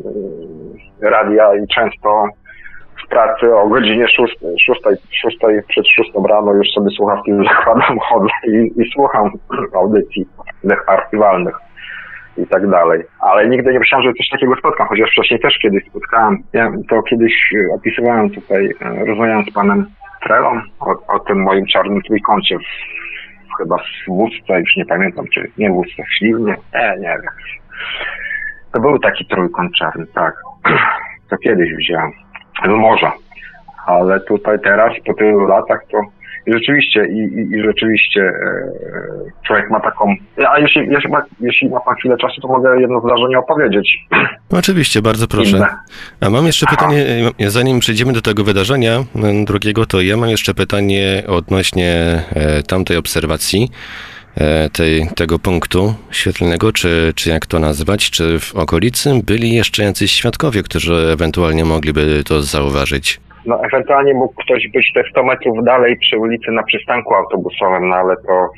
radia i często w pracy o godzinie szóstej, szóstej, szóstej przed szóstą rano już sobie słuchawki zakładam, chodzę i, i słucham audycji archiwalnych i tak dalej. Ale nigdy nie myślałem, że coś takiego spotkam, chociaż wcześniej też kiedyś spotkałem. Ja to kiedyś opisywałem tutaj, rozmawiałem z panem Trelą o, o tym moim czarnym trójkącie, w, chyba w Wódce, już nie pamiętam, czy nie w Wódce, w Śliwnie, nie, nie wiem. To był taki trójkąt czarny, tak. To kiedyś widziałem. Z morza. Ale tutaj teraz, po tylu latach, to I rzeczywiście, i, i, i rzeczywiście e, człowiek ma taką... A jeśli, jeśli, ma, jeśli ma pan chwilę czasu, to mogę jedno zdarzenie opowiedzieć. No oczywiście, bardzo proszę. Inne. A mam jeszcze pytanie, zanim przejdziemy do tego wydarzenia drugiego, to ja mam jeszcze pytanie odnośnie e, tamtej obserwacji, e, tej, tego punktu świetlnego, czy, czy jak to nazwać, czy w okolicy byli jeszcze jacyś świadkowie, którzy ewentualnie mogliby to zauważyć? No ewentualnie mógł ktoś być te sto metrów dalej przy ulicy na przystanku autobusowym, no ale to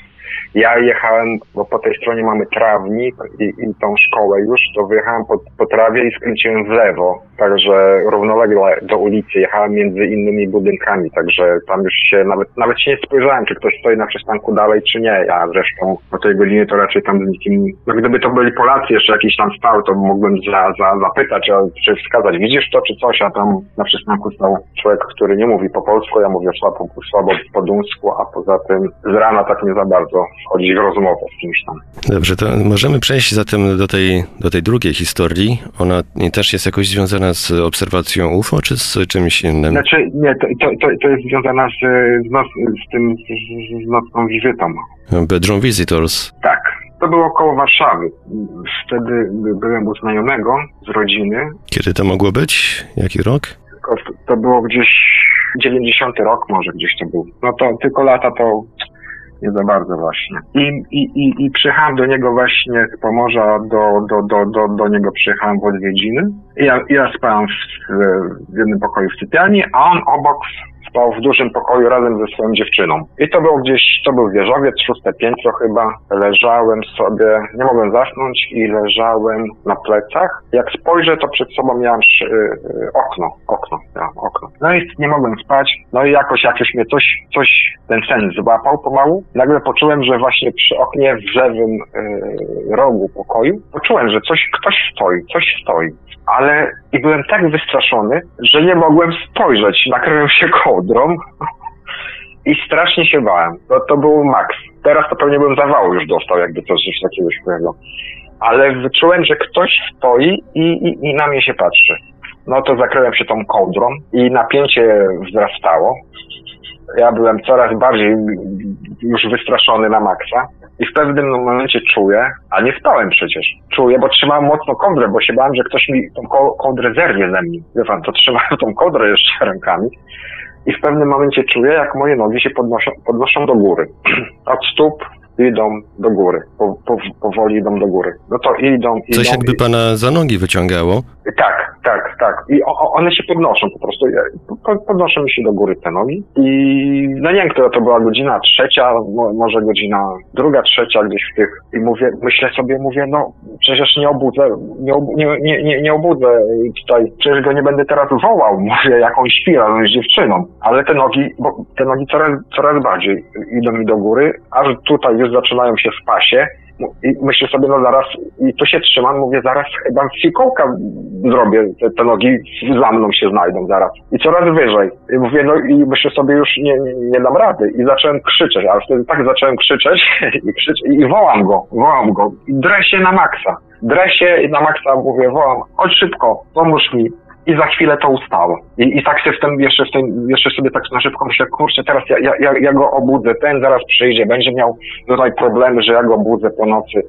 ja jechałem, bo po tej stronie mamy trawnik i, i tą szkołę już, to wyjechałem po, po trawie i skręciłem w lewo, także równolegle do ulicy jechałem między innymi budynkami, także tam już się nawet nawet się nie spojrzałem, czy ktoś stoi na przystanku dalej, czy nie. Ja zresztą o tej godzinie to raczej tam z nikim, no gdyby to byli Polacy jeszcze jakiś tam stał, to mógłbym za, za, zapytać, czy wskazać, widzisz to, czy coś, a tam na przystanku stał człowiek, który nie mówi po polsku, ja mówię słabo, słabo po duńsku, a poza tym z rana tak nie za bardzo wchodzi w rozmowę z kimś tam. Dobrze, to możemy przejść zatem do tej, do tej drugiej historii. Ona też jest jakoś związana z obserwacją U F O, czy z czymś innym? Znaczy, nie, to, to, to jest związana z, z, noc, z tym, z, z nocną wizytą. Bedroom Visitors. Tak, To było koło Warszawy. Wtedy byłem u znajomego z rodziny. Kiedy to mogło być? Jaki rok? To było gdzieś dziewięćdziesiąty rok może gdzieś to był. No to tylko lata to nie za bardzo właśnie. I, i, i, i przyjechałem do niego właśnie z Pomorza, do, do, do, do, do niego przyjechałem w odwiedziny. I ja, ja spałem w, w jednym pokoju w sypialni, a on obok spał w dużym pokoju razem ze swoją dziewczyną. I to był gdzieś, to był wieżowiec, szóste piętro chyba. Leżałem sobie, nie mogłem zasnąć i leżałem na plecach. Jak spojrzę, to przed sobą miałem szy, okno, okno, ja, okno. No i nie mogłem spać, no i jakoś, jakoś mnie coś, coś, ten sen złapał pomału. Nagle poczułem, że właśnie przy oknie w lewym yy, rogu pokoju, poczułem, że coś, ktoś stoi, coś stoi. Ale i byłem tak wystraszony, że nie mogłem spojrzeć. Nakryłem się kołdrą i strasznie się bałem. To, to był maks. Teraz to pewnie bym zawału już dostał, jakby coś, coś takiego się pojawiło. Ale wyczułem, że ktoś stoi i, i, i na mnie się patrzy. No to zakryłem się tą kołdrą i napięcie wzrastało. Ja byłem coraz bardziej już wystraszony na maksa. I w pewnym momencie czuję, a nie spałem przecież, czuję, bo trzymałem mocno kołdrę, bo się bałem, że ktoś mi tą ko- kołdrę zerwie ze mnie. Wie pan, to trzymałem tą kołdrę jeszcze rękami. I w pewnym momencie czuję, jak moje nogi się podnoszą, podnoszą do góry. Od stóp idą do góry, po, po, powoli idą do góry. No to idą, idą. Coś jakby pana za nogi wyciągało? Tak, tak, tak. I o, one się podnoszą po prostu. Podnoszą mi się do góry te nogi. I no nie wiem, która to była godzina trzecia, może godzina druga, trzecia gdzieś w tych. I mówię, myślę sobie, mówię, no przecież nie obudzę, nie, ob, nie, nie, nie, nie obudzę tutaj, przecież go nie będę teraz wołał, mówię, jak on śpi razem z dziewczyną. Ale te nogi, bo te nogi coraz, coraz bardziej idą mi do góry, aż tutaj już zaczynają się w pasie. I myślę sobie, no zaraz, i tu się trzymam, mówię, zaraz chyba fikołka zrobię, te, te nogi za mną się znajdą zaraz. I coraz wyżej. I mówię, no i myślę sobie, już nie, nie, nie dam rady. I zacząłem krzyczeć, ale wtedy tak zacząłem krzyczeć i krzyczeć i wołam go, wołam go. I drę się na maksa. Drę się i na maksa mówię, wołam, chodź szybko, pomóż mi. I za chwilę to ustało. I, i tak się w tym, jeszcze, w tym, jeszcze sobie tak na szybko myślę, kurczę, teraz ja, ja, ja go obudzę, ten zaraz przyjdzie, będzie miał tutaj problemy, że ja go budzę po nocy.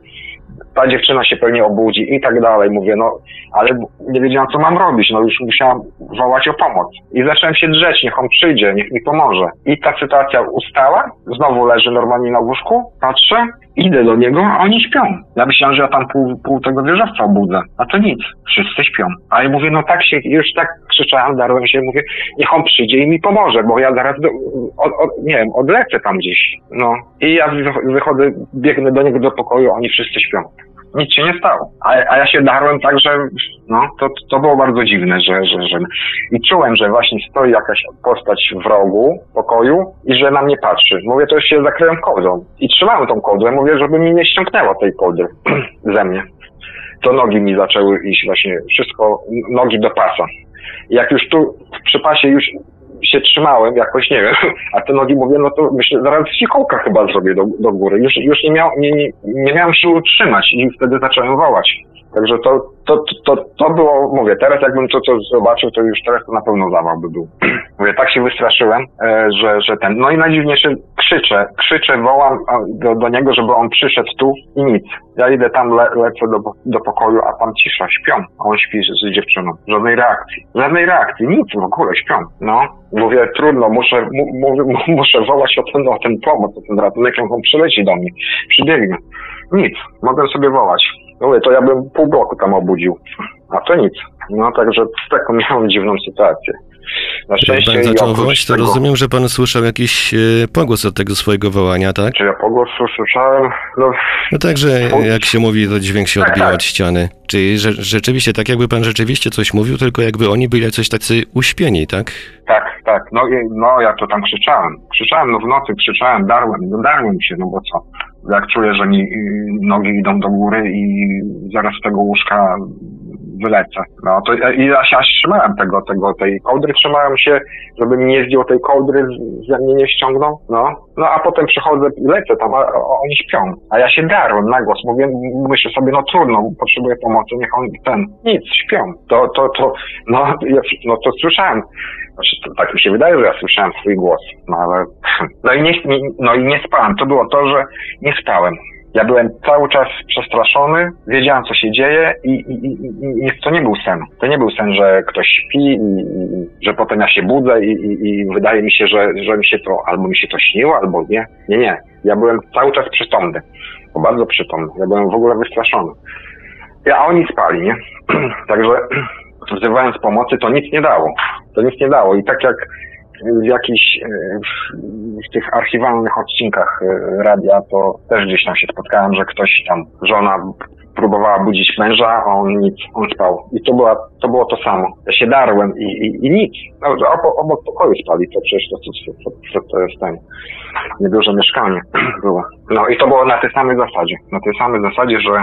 Ta dziewczyna się pewnie obudzi i tak dalej. Mówię, no, ale nie wiedziałam, co mam robić. No już musiałam wołać o pomoc. I zacząłem się drzeć, niech on przyjdzie, niech mi pomoże. I ta sytuacja ustała, znowu leży normalnie na łóżku, patrzę, idę do niego, a oni śpią. Ja myślałem, że ja tam pół, pół tego wieżowca obudzę. A to nic, wszyscy śpią. A ja mówię, no tak się, już tak krzyczałem, darłem się, mówię, niech on przyjdzie i mi pomoże, bo ja zaraz, do, od, od, nie wiem, odlecę tam gdzieś. No. I ja wychodzę, biegnę do niego do pokoju, oni wszyscy śpią. Nic się nie stało. A, a ja się darłem tak, że no, to, to było bardzo dziwne, że, że, że... I czułem, że właśnie stoi jakaś postać w rogu pokoju i że na mnie patrzy. Mówię, to już się zakryłem kołdrą. I trzymałem tą kołdrę, mówię, żeby mi nie ściągnęło tej kołdry ze mnie. To nogi mi zaczęły iść właśnie, wszystko, nogi do pasa. I jak już tu przy pasie już się trzymałem jakoś, nie wiem, a te nogi mówię, no to myślę, zaraz fikołka chyba zrobię do, do góry. Już, już nie, miał, nie, nie, nie miałem siły utrzymać i wtedy zacząłem wołać. Także to, to, to, to było, mówię, teraz jakbym to, to zobaczył, to już teraz to na pewno zawał by był. Mówię, tak się wystraszyłem, e, że, że ten, no i najdziwniejsze, krzyczę, krzyczę, wołam do, do niego, żeby on przyszedł tu i nic. Ja idę tam, le, lecę do, do pokoju, a tam cisza, śpią. A on śpi z, z dziewczyną. Żadnej reakcji. Żadnej reakcji, nic w ogóle, śpią. No, mówię, trudno, muszę, mu, mu, muszę wołać o ten, o ten pomoc, o ten ratunek, jak on przyleci do mnie, przybiegnie. Nic, mogę sobie wołać. Mówię, to ja bym pół bloku tam obudził, a to nic. No także z taką miałem dziwną sytuację. Na szczęście jak pan zaczął wołać, to tego... rozumiem, że pan słyszał jakiś e, pogłos od tego swojego wołania, tak? Czy ja pogłos słyszałem? No, no tak, że jak się mówi, to dźwięk się tak, odbija tak. od ściany. Czyli że, rzeczywiście, tak jakby pan rzeczywiście coś mówił, tylko jakby oni byli coś tacy uśpieni, tak? Tak, tak. No, no ja to tam krzyczałem. Krzyczałem, no w nocy krzyczałem, darłem, no darłem się, no bo co? Jak czuję, że mi nogi idą do góry i zaraz z tego łóżka wylecę. No to i ja się aż trzymałem tego, tego, tej kołdry, trzymałem się, żeby mi nie zdjął tej kołdry, ze mnie nie ściągnął, no. No a potem przychodzę, lecę tam, a, a oni śpią. A ja się darłem na głos, mówię, myślę sobie, no trudno, potrzebuję pomocy, niech on ten, nic, śpią. To, to, to, no, ja, no to słyszałem. Znaczy, to, tak mi się wydaje, że ja słyszałem swój głos, no ale, no i nie, nie, no i nie spałem. To było to, że nie spałem. Ja byłem cały czas przestraszony, wiedziałem co się dzieje i, i, i, i to nie był sen. To nie był sen, że ktoś śpi i, i że potem ja się budzę i, i, i wydaje mi się, że, że mi się to, albo mi się to śniło, albo nie. Nie, nie. Ja byłem cały czas przytomny. Bo bardzo przytomny. Ja byłem w ogóle wystraszony. A oni spali, nie? Także wzywając pomocy, to nic nie dało. To nic nie dało. I tak jak w jakichś w tych archiwalnych odcinkach radia, to też gdzieś tam się spotkałem, że ktoś tam, żona próbowała budzić męża, a on nic, on spał. I to była, to było to samo. Ja się darłem i, i, i nic. No, obok, obok pokoju spali, to przecież to, to, to, to jest ten nieduże mieszkanie było. No i to było na tej samej zasadzie. Na tej samej zasadzie, że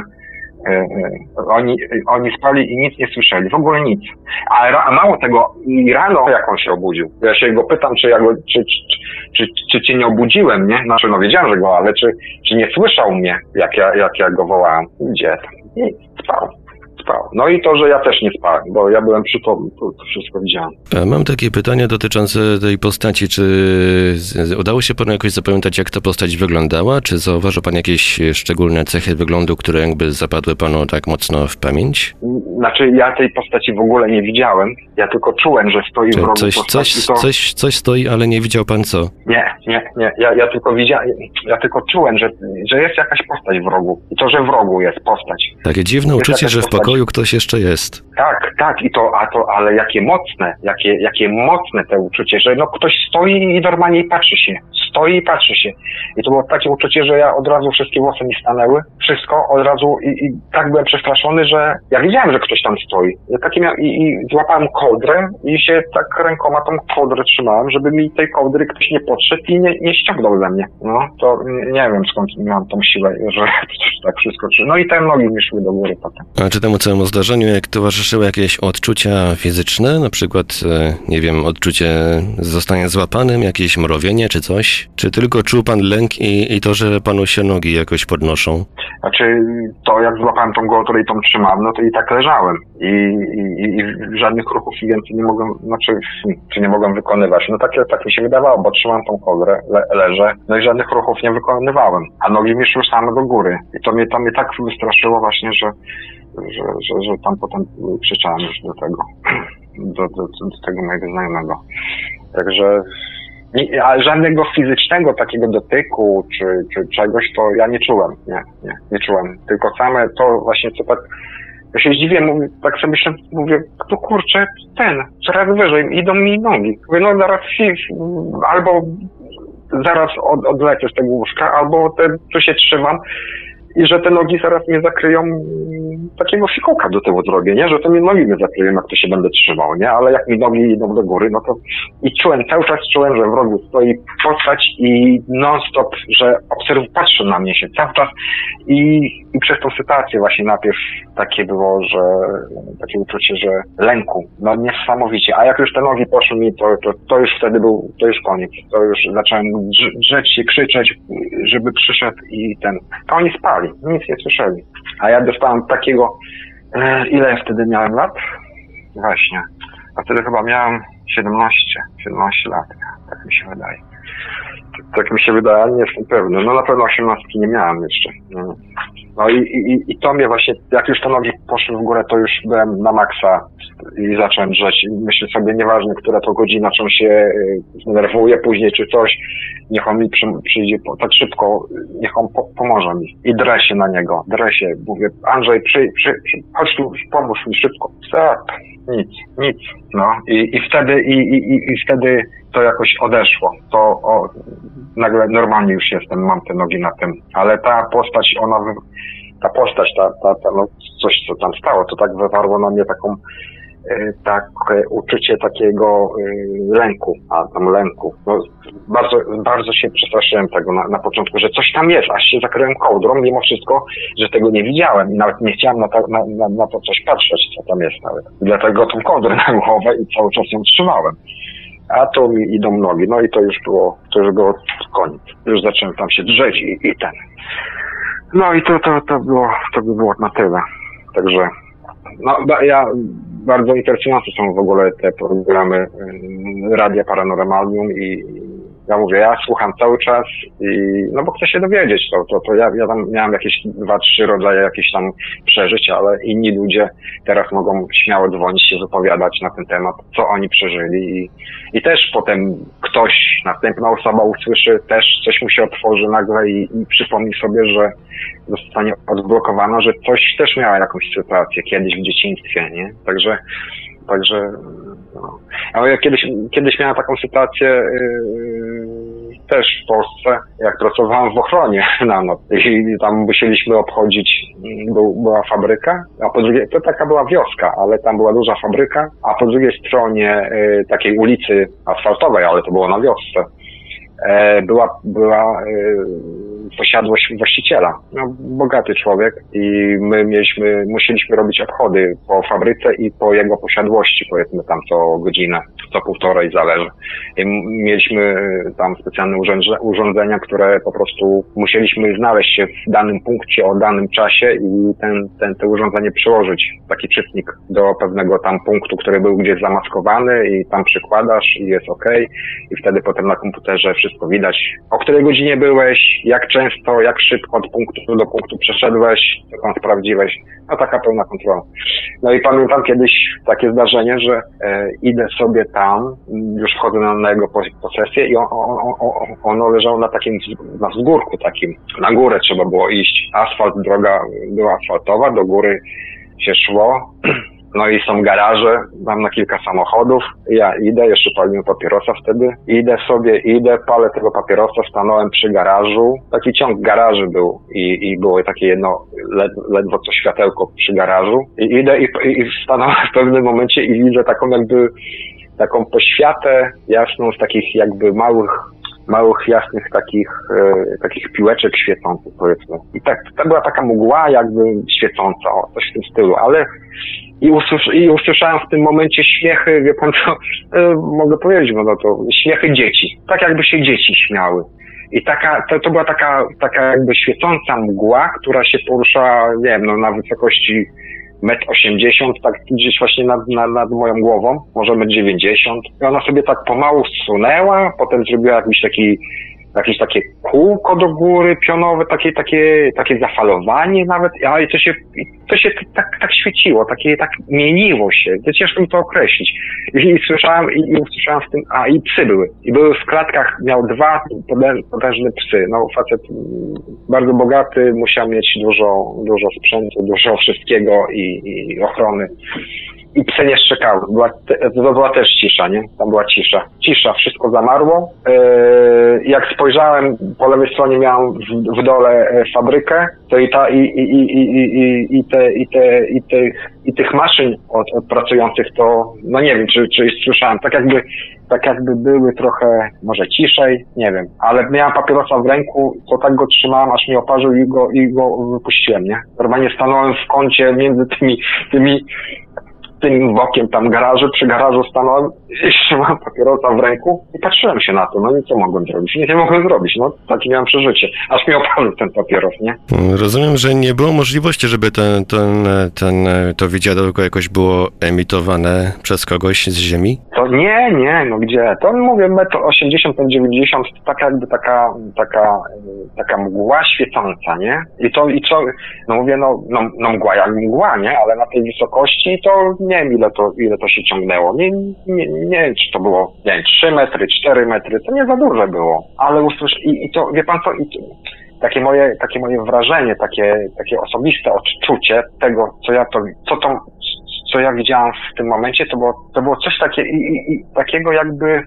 Oni, oni spali i nic nie słyszeli, w ogóle nic. A, ra, a mało tego, i rano jak on się obudził. Ja się go pytam, czy ja go, czy, czy, czy, czy cię nie obudziłem, nie? Znaczy, no wiedziałem, że go, ale czy, czy nie słyszał mnie, jak ja, jak ja go wołałem? Gdzie tam? Nic, spał. Spał. No i to, że ja też nie spałem, bo ja byłem przytomny, to, to wszystko widziałem. Mam takie pytanie dotyczące tej postaci. Czy udało się panu jakoś zapamiętać, jak ta postać wyglądała? Czy zauważył pan jakieś szczególne cechy wyglądu, które jakby zapadły panu tak mocno w pamięć? Znaczy, ja tej postaci w ogóle nie widziałem. Ja tylko czułem, że stoi w rogu coś, postać coś, i to... coś, coś stoi, ale nie widział pan co? Nie, nie, nie. Ja, ja tylko widziałem, ja tylko czułem, że, że jest jakaś postać w rogu. I to, że w rogu jest postać. Takie dziwne jest uczucie, że w postać. pokoju ktoś jeszcze jest. Tak, tak. I to, a to, ale jakie mocne, jakie, jakie mocne te uczucie, że no ktoś stoi i normalnie patrzy się. Stoi i patrzy się. I to było takie uczucie, że ja od razu wszystkie włosy mi stanęły. Wszystko od razu i, i tak byłem przestraszony, że ja wiedziałem, że ktoś tam stoi. Ja takie miał, i, i złapałem kołdrę i się tak rękoma tą kołdrę trzymałem, żeby mi tej kołdry ktoś nie podszedł i nie, nie ściągnął ze mnie. No, to nie wiem skąd miałem tą siłę, że tak wszystko. No i te nogi mi szły do góry potem. A czy temu całemu zdarzeniu, jak towarzyszyły jakieś odczucia fizyczne, na przykład, nie wiem, odczucie zostania złapanym, jakieś mrowienie czy coś? Czy tylko czuł pan lęk i, i to, że panu się nogi jakoś podnoszą? Znaczy, to jak złapałem tą kołdrę i tą trzymałem, no to i tak leżałem. I, i, i żadnych ruchów więcej nie mogłem, znaczy, czy nie mogłem wykonywać. No tak, tak mi się wydawało, bo trzymałem tą kołdrę, le, leżę, no i żadnych ruchów nie wykonywałem. A nogi mi szły same do góry. I to mnie, to mnie tak wystraszyło właśnie, że Że, że, że tam potem krzyczałem już do tego, do, do, do tego mojego znajomego. Także nie, a żadnego fizycznego takiego dotyku czy, czy czegoś to ja nie czułem, nie, nie, nie czułem. Tylko same to właśnie co tak, ja się zdziwię, mówię, tak sobie się mówię, to kurczę, ten, coraz wyżej, idą mi nogi. Mówię, no zaraz albo zaraz od, odlecę z tego łóżka, albo te, tu się trzymam. I że te nogi zaraz mnie zakryją takiego fikołka do tyłu drogi, nie? Że to mnie nogi mnie zakryją, jak to się będę trzymał, nie? Ale jak mi nogi idą do góry, no to i czułem, cały czas czułem, że w rogu stoi postać i non-stop, że obserwuje, patrzy na mnie się cały czas i, i przez tą sytuację właśnie najpierw takie było, że takie uczucie, że lęku, no niesamowicie. A jak już te nogi poszły mi, to, to, to już wtedy był, to już koniec. To już zacząłem drzeć się, krzyczeć, żeby przyszedł i ten, to oni spali. Nic nie słyszeli. A ja dostałem takiego, e, ile ja wtedy miałem lat? Właśnie. A wtedy chyba miałem siedemnaście, siedemnaście lat. Tak mi się wydaje. Tak mi się wydaje, ale nie jestem pewny. No na pewno osiemnastki nie miałem jeszcze. No, no i, i, i to mnie właśnie, jak już te nogi poszły w górę, to już byłem na maksa i zacząłem drzeć. I myślę sobie, nieważne, która to godzina, czy on się zdenerwuje później, czy coś, niech on mi przy, przyjdzie po, tak szybko, niech on po, pomoże mi. I drę się na niego, drę się. Mówię, Andrzej, przy, przy, przy, chodź tu, pomóż mi szybko. Tak, nic, nic. No i, i wtedy, i, i, i wtedy to jakoś odeszło. To o, nagle normalnie już jestem, mam te nogi na tym. Ale ta postać, ona, ta postać, ta, ta, ta, no coś, co tam stało, to tak wywarło na mnie taką, y, takie uczucie takiego y, lęku, a tam lęku. No, bardzo, bardzo się przestraszyłem tego na, na początku, że coś tam jest, aż się zakryłem kołdrą, mimo wszystko, że tego nie widziałem i nawet nie chciałem na, ta, na, na, na to coś patrzeć, co tam jest nawet. I dlatego tą kołdrę na głowę i cały czas ją trzymałem. A tu mi idą nogi, no i to już było, to już było koniec. Już zacząłem tam się drzeć i, i ten. No i to, to, to było, to by było na tyle. Także, no ja, bardzo interesujące są w ogóle te programy Radia Paranormalium i ja mówię, ja słucham cały czas i no bo chcę się dowiedzieć, to, to, to ja, ja tam miałem jakieś dwa, trzy rodzaje jakichś tam przeżyć, ale inni ludzie teraz mogą śmiało dzwonić się, wypowiadać na ten temat, co oni przeżyli i, i też potem ktoś, następna osoba usłyszy, też coś mu się otworzy nagle i, i przypomni sobie, że zostanie odblokowana, że coś też miała jakąś sytuację kiedyś w dzieciństwie, nie? Także, także no. Ale ja kiedyś, kiedyś miałem taką sytuację yy, też w Polsce, jak pracowałem w ochronie na noc i tam musieliśmy obchodzić, był, była fabryka, a po drugiej, to taka była wioska, ale tam była duża fabryka, a po drugiej stronie yy, takiej ulicy asfaltowej, ale to było na wiosce, yy, była, była yy, posiadłość właściciela, no, bogaty człowiek i my mieliśmy, musieliśmy robić obchody po fabryce i po jego posiadłości, powiedzmy tam co godzinę, co półtorej zależy. I mieliśmy tam specjalne urządzenia, które po prostu musieliśmy znaleźć się w danym punkcie o danym czasie i ten, ten, to urządzenie przyłożyć, taki czytnik do pewnego tam punktu, który był gdzieś zamaskowany i tam przykładasz i jest ok i wtedy potem na komputerze wszystko widać, o której godzinie byłeś, jak często, jak szybko od punktu do punktu przeszedłeś, co tam sprawdziłeś, no taka pełna kontrola. No i pamiętam kiedyś takie zdarzenie, że e, idę sobie tam, już wchodzę na, na jego posesję i on, on, on, ono leżało na takim, na wzgórku takim, na górę trzeba było iść, asfalt, droga była asfaltowa, do góry się szło. No i są garaże, mam na kilka samochodów, ja idę, jeszcze paliłem papierosa wtedy, idę sobie, idę, palę tego papierosa, stanąłem przy garażu, taki ciąg garaży był i, i było takie jedno, led, ledwo co światełko przy garażu i idę i, i stanąłem w pewnym momencie i widzę taką jakby, taką poświatę jasną z takich jakby małych, małych, jasnych takich, e, takich piłeczek świecących, powiedzmy. I tak, to była taka mgła jakby świecąca, o, coś w tym stylu, ale I, usłysz, I usłyszałem w tym momencie śmiechy, wie pan co, e, mogę powiedzieć, no, no to śmiechy dzieci. Tak jakby się dzieci śmiały. I taka, to, to była taka, taka jakby świecąca mgła, która się porusza, nie wiem, no na wysokości metr osiemdziesiąt, tak gdzieś właśnie nad, nad, nad moją głową, może metr dziewięćdziesiąt. I ona sobie tak pomału zsunęła, potem zrobiła jakiś taki, jakieś takie kółko do góry pionowe, takie, takie, takie zafalowanie nawet, a i to się, to się tak, tak świeciło, takie, tak mieniło się, to ciężko mi to określić. I, i słyszałem, i, i usłyszałem w tym, a i psy były. I były w klatkach, miał dwa potężne psy. No facet bardzo bogaty, musiał mieć dużo, dużo sprzętu, dużo wszystkiego i, i ochrony. I psy nie szczekały. Była, to była też cisza, nie? Tam była cisza. Cisza, wszystko zamarło. Yy, jak spojrzałem, po lewej stronie miałem w, w dole fabrykę, to i ta, i, i, i, i, i, i te, i te, i te, i tych maszyn od, od pracujących to, no nie wiem, czy, czy słyszałem, tak jakby, tak jakby były trochę, może ciszej, nie wiem, ale miałem papierosa w ręku, to tak go trzymałem, aż mnie oparzył i go, i go wypuściłem, nie? Normalnie stanąłem w kącie między tymi, tymi, tym bokiem tam garażu, przy garażu stanąłem i trzymałem papierosa w ręku i patrzyłem się na to, no i co mogłem zrobić? Nic nie mogłem zrobić, no takie miałem przeżycie, aż mnie opalił ten papieros, nie? Rozumiem, że nie było możliwości, żeby ten, ten, ten, to widziadełko jakoś było emitowane przez kogoś z ziemi? To nie, nie, no gdzie? To mówię metr osiemdziesiąt, metr dziewięćdziesiąt, to taka jakby taka, taka, taka mgła świecąca, nie? I to, i co, no mówię, no, no, no mgła jak mgła, nie? Ale na tej wysokości to nie wiem, ile to, ile to się ciągnęło. Nie, nie, nie wiem, czy to było, nie wiem, trzy metry, cztery metry, to nie za duże było. Ale usłysz, i, i to, wie pan co, i to, takie moje, takie moje wrażenie, takie, takie osobiste odczucie tego, co ja to, co to, co ja widziałam w tym momencie, to było, to było coś takie, i, i, i takiego jakby,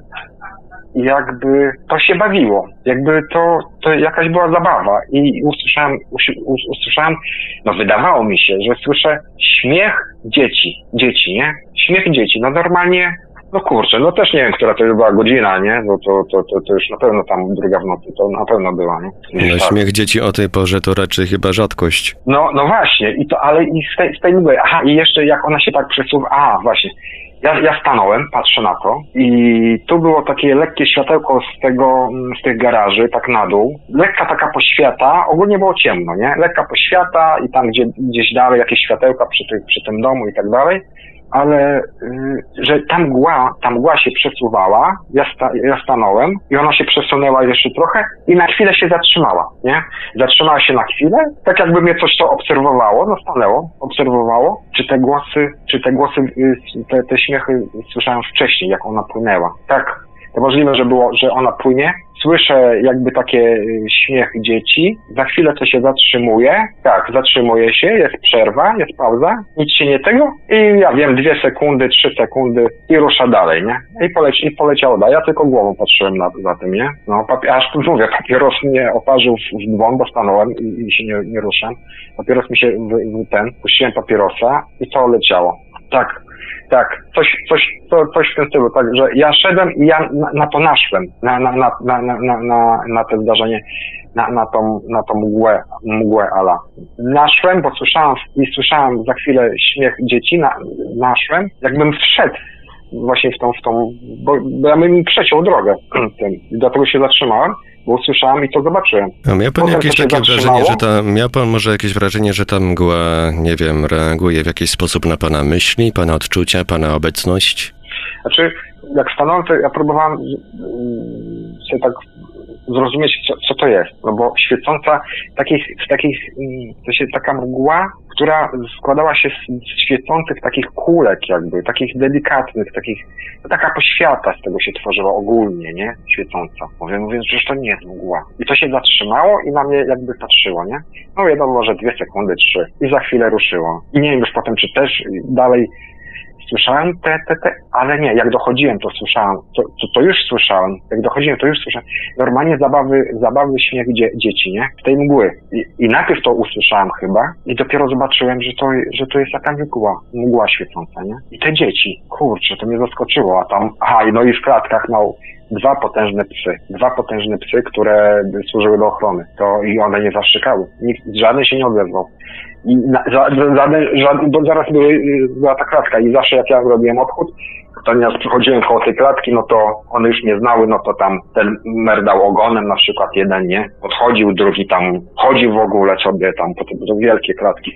jakby to się bawiło, jakby to, to jakaś była zabawa i usłyszałem, us, usłyszałem, no wydawało mi się, że słyszę śmiech dzieci, dzieci, nie? Śmiech dzieci, no normalnie, no kurczę, no też nie wiem, która to już była godzina, nie? No to, to, to, to już na pewno tam druga w nocy, to na pewno była, nie? No tak. Śmiech dzieci o tej porze to raczej chyba rzadkość. No, no właśnie, i to, ale i z tej, z tej mgły, aha, i jeszcze jak ona się tak przesuwa, a właśnie, Ja, ja stanąłem, patrzę na to i tu było takie lekkie światełko z tego, z tych garaży, tak na dół. Lekka taka poświata, ogólnie było ciemno, nie? Lekka poświata i tam gdzie, gdzieś dalej jakieś światełka przy, tych, przy tym domu i tak dalej. ale y, że ta mgła, ta mgła się przesuwała, ja, sta, ja stanąłem i ona się przesunęła jeszcze trochę i na chwilę się zatrzymała, nie? Zatrzymała się na chwilę, tak jakby mnie coś to obserwowało, no stanęło, obserwowało, czy te głosy, czy te głosy, y, te, te śmiechy słyszałem wcześniej, jak ona płynęła. Tak, to możliwe, że było, że ona płynie. Słyszę jakby takie y, śmiech dzieci, za chwilę to się zatrzymuje, tak, zatrzymuje się, jest przerwa, jest pauza, nic się nie tego i ja wiem, dwie sekundy, trzy sekundy i rusza dalej, nie? I, poleci, i poleciało dalej, ja tylko głową patrzyłem na, za tym, nie? No, papi- aż tu mówię, papieros mnie oparzył w, w dłoń, bo stanąłem i, i się nie, nie ruszam. Papieros mi się, w, w ten, puściłem papierosa i to leciało. Tak. Tak, coś, coś, to, coś w tym stylu, tak, że ja szedłem i ja na, na to naszłem, na, na, na, na, na, na, na to zdarzenie, na, na tą, na tą mgłę, mgłę ala. Naszłem, bo słyszałem i słyszałem za chwilę śmiech dzieci, na, naszłem, jakbym wszedł właśnie w tą, w tą, bo, bo ja bym przeciął drogę tym, dlatego się zatrzymałem. Bo usłyszałem i to zobaczyłem. A miał pan jakieś takie wrażenie, że ta, miał pan może jakieś wrażenie, że ta mgła, nie wiem, reaguje w jakiś sposób na pana myśli, pana odczucia, pana obecność? Znaczy, jak stanąłem, to ja próbowałem sobie tak zrozumieć, co, co to jest. No bo świecąca, takich, z takich, to się taka mgła, która składała się z, z świecących takich kulek jakby, takich delikatnych, takich, no taka poświata z tego się tworzyła ogólnie, nie? Świecąca. Mówię, mówię, że to nie jest mgła. I to się zatrzymało i na mnie jakby patrzyło, nie? No wiadomo, że dwie sekundy, trzy. I za chwilę ruszyło. I nie wiem już potem, czy też dalej słyszałem te, te, te, ale nie, jak dochodziłem, to słyszałem, to, to, to już słyszałem, jak dochodziłem, to już słyszałem, normalnie zabawy, zabawy śmiech dzie, dzieci, nie? Z tej mgły. I, I najpierw to usłyszałem chyba i dopiero zobaczyłem, że to, że to jest taka mgła, mgła świecąca, nie? I te dzieci, kurczę, to mnie zaskoczyło, a tam, aha, no i w klatkach, no, dwa potężne psy, dwa potężne psy, które służyły do ochrony, to i one nie zaszczykały, nikt, żaden się nie odezwał. I na, żaden, żaden, bo zaraz były, była ta klatka i zawsze jak ja robiłem odchód, to nieraz przychodziłem koło tej klatki, no to one już mnie znały, no to tam ten merdał ogonem na przykład jeden, nie? Podchodził, drugi tam chodził w ogóle sobie tam, po to wielkie klatki.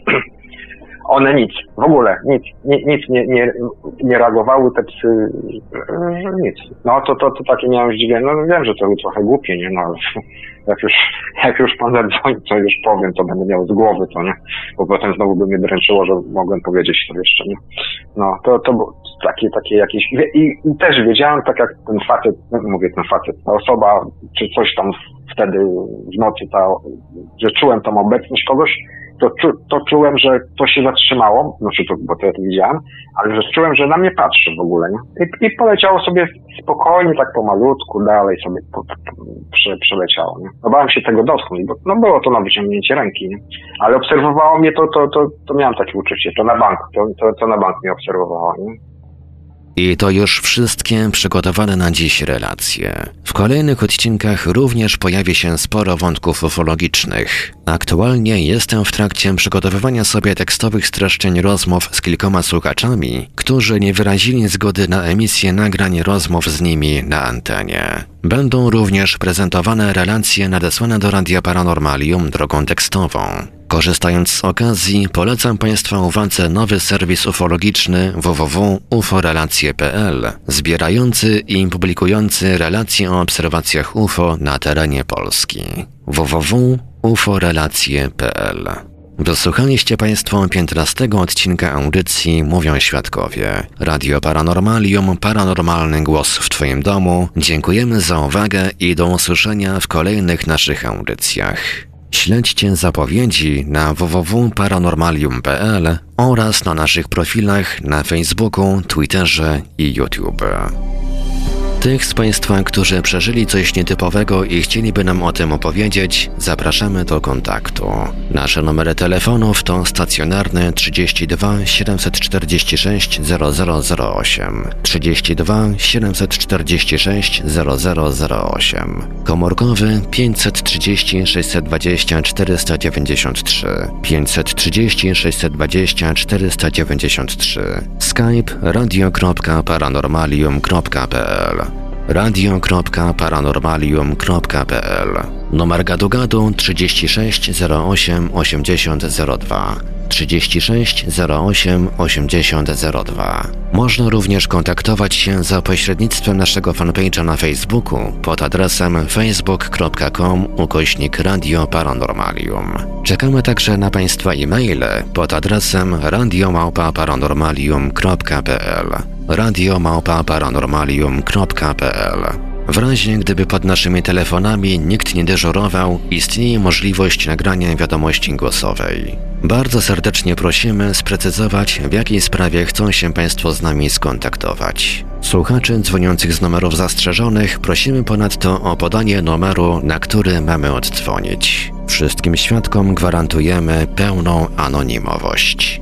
One nic, w ogóle nic, nic, nic nie, nie, nie reagowały te psy, nic. No to, to, to takie miałem zdziwienie, no wiem, że to było trochę głupie, nie? No ale jak już, jak już pan zadzwoni, to już powiem, co będę miał z głowy, to nie? Bo potem znowu by mnie dręczyło, że mogłem powiedzieć to jeszcze, nie? No to, to było takie, takie jakieś, i, i też wiedziałem, tak jak ten facet, no, mówię ten facet, ta osoba, czy coś tam wtedy w nocy, ta, że czułem tą obecność kogoś, To, czu, to czułem, że to się zatrzymało, znaczy to, bo to ja to widziałem, ale że czułem, że na mnie patrzy w ogóle, nie? I, i poleciało sobie spokojnie, tak pomalutku, dalej sobie po, po, prze, przeleciało, nie? No bałem się tego dotknąć, bo no było to na wyciągnięcie ręki, nie? Ale obserwowało mnie to, to, to, to miałem takie uczucie, to na bank, to, to, to na bank mnie obserwowało, nie? I to już wszystkie przygotowane na dziś relacje. W kolejnych odcinkach również pojawi się sporo wątków ufologicznych. Aktualnie jestem w trakcie przygotowywania sobie tekstowych streszczeń rozmów z kilkoma słuchaczami, którzy nie wyrazili zgody na emisję nagrań rozmów z nimi na antenie. Będą również prezentowane relacje nadesłane do Radia Paranormalium drogą tekstową. Korzystając z okazji, polecam Państwa uwadze nowy serwis ufologiczny w w w kropka u f o relacje kropka p l, zbierający i publikujący relacje o obserwacjach U F O na terenie Polski. w w w kropka u f o relacje kropka p l. Wysłuchaliście Państwo piętnastego odcinka audycji Mówią Świadkowie. Radio Paranormalium, paranormalny głos w Twoim domu. Dziękujemy za uwagę i do usłyszenia w kolejnych naszych audycjach. Śledźcie zapowiedzi na w w w kropka paranormalium kropka p l oraz na naszych profilach na Facebooku, Twitterze i YouTube. Tych z Państwa, którzy przeżyli coś nietypowego i chcieliby nam o tym opowiedzieć, zapraszamy do kontaktu. Nasze numery telefonów to stacjonarny trzydzieści dwa siedemset czterdzieści sześć zero zero zero osiem, trzydzieści dwa siedemset czterdzieści sześć zero zero zero osiem, komórkowy pięćset trzydzieści sześćset dwadzieścia czterysta dziewięćdziesiąt trzy, pięćset trzydzieści sześćset dwadzieścia czterysta dziewięćdziesiąt trzy, Skype radio kropka paranormalium kropka p l, radio kropka paranormalium kropka p l, numer gadu gadu trzydzieści sześć zero osiem osiemdziesiąt zero dwa, trzydzieści sześć zero osiem osiemdziesiąt zero dwa. Można również kontaktować się za pośrednictwem naszego fanpage'a na Facebooku pod adresem facebook kropka com ukośnik Radio Paranormalium. Czekamy także na Państwa e-maile pod adresem radio małpa paranormalium kropka p l radio małpa paranormalium kropka p l. W razie gdyby pod naszymi telefonami nikt nie dyżurował, istnieje możliwość nagrania wiadomości głosowej. Bardzo serdecznie prosimy sprecyzować, w jakiej sprawie chcą się Państwo z nami skontaktować. Słuchaczy dzwoniących z numerów zastrzeżonych prosimy ponadto o podanie numeru, na który mamy oddzwonić. Wszystkim świadkom gwarantujemy pełną anonimowość.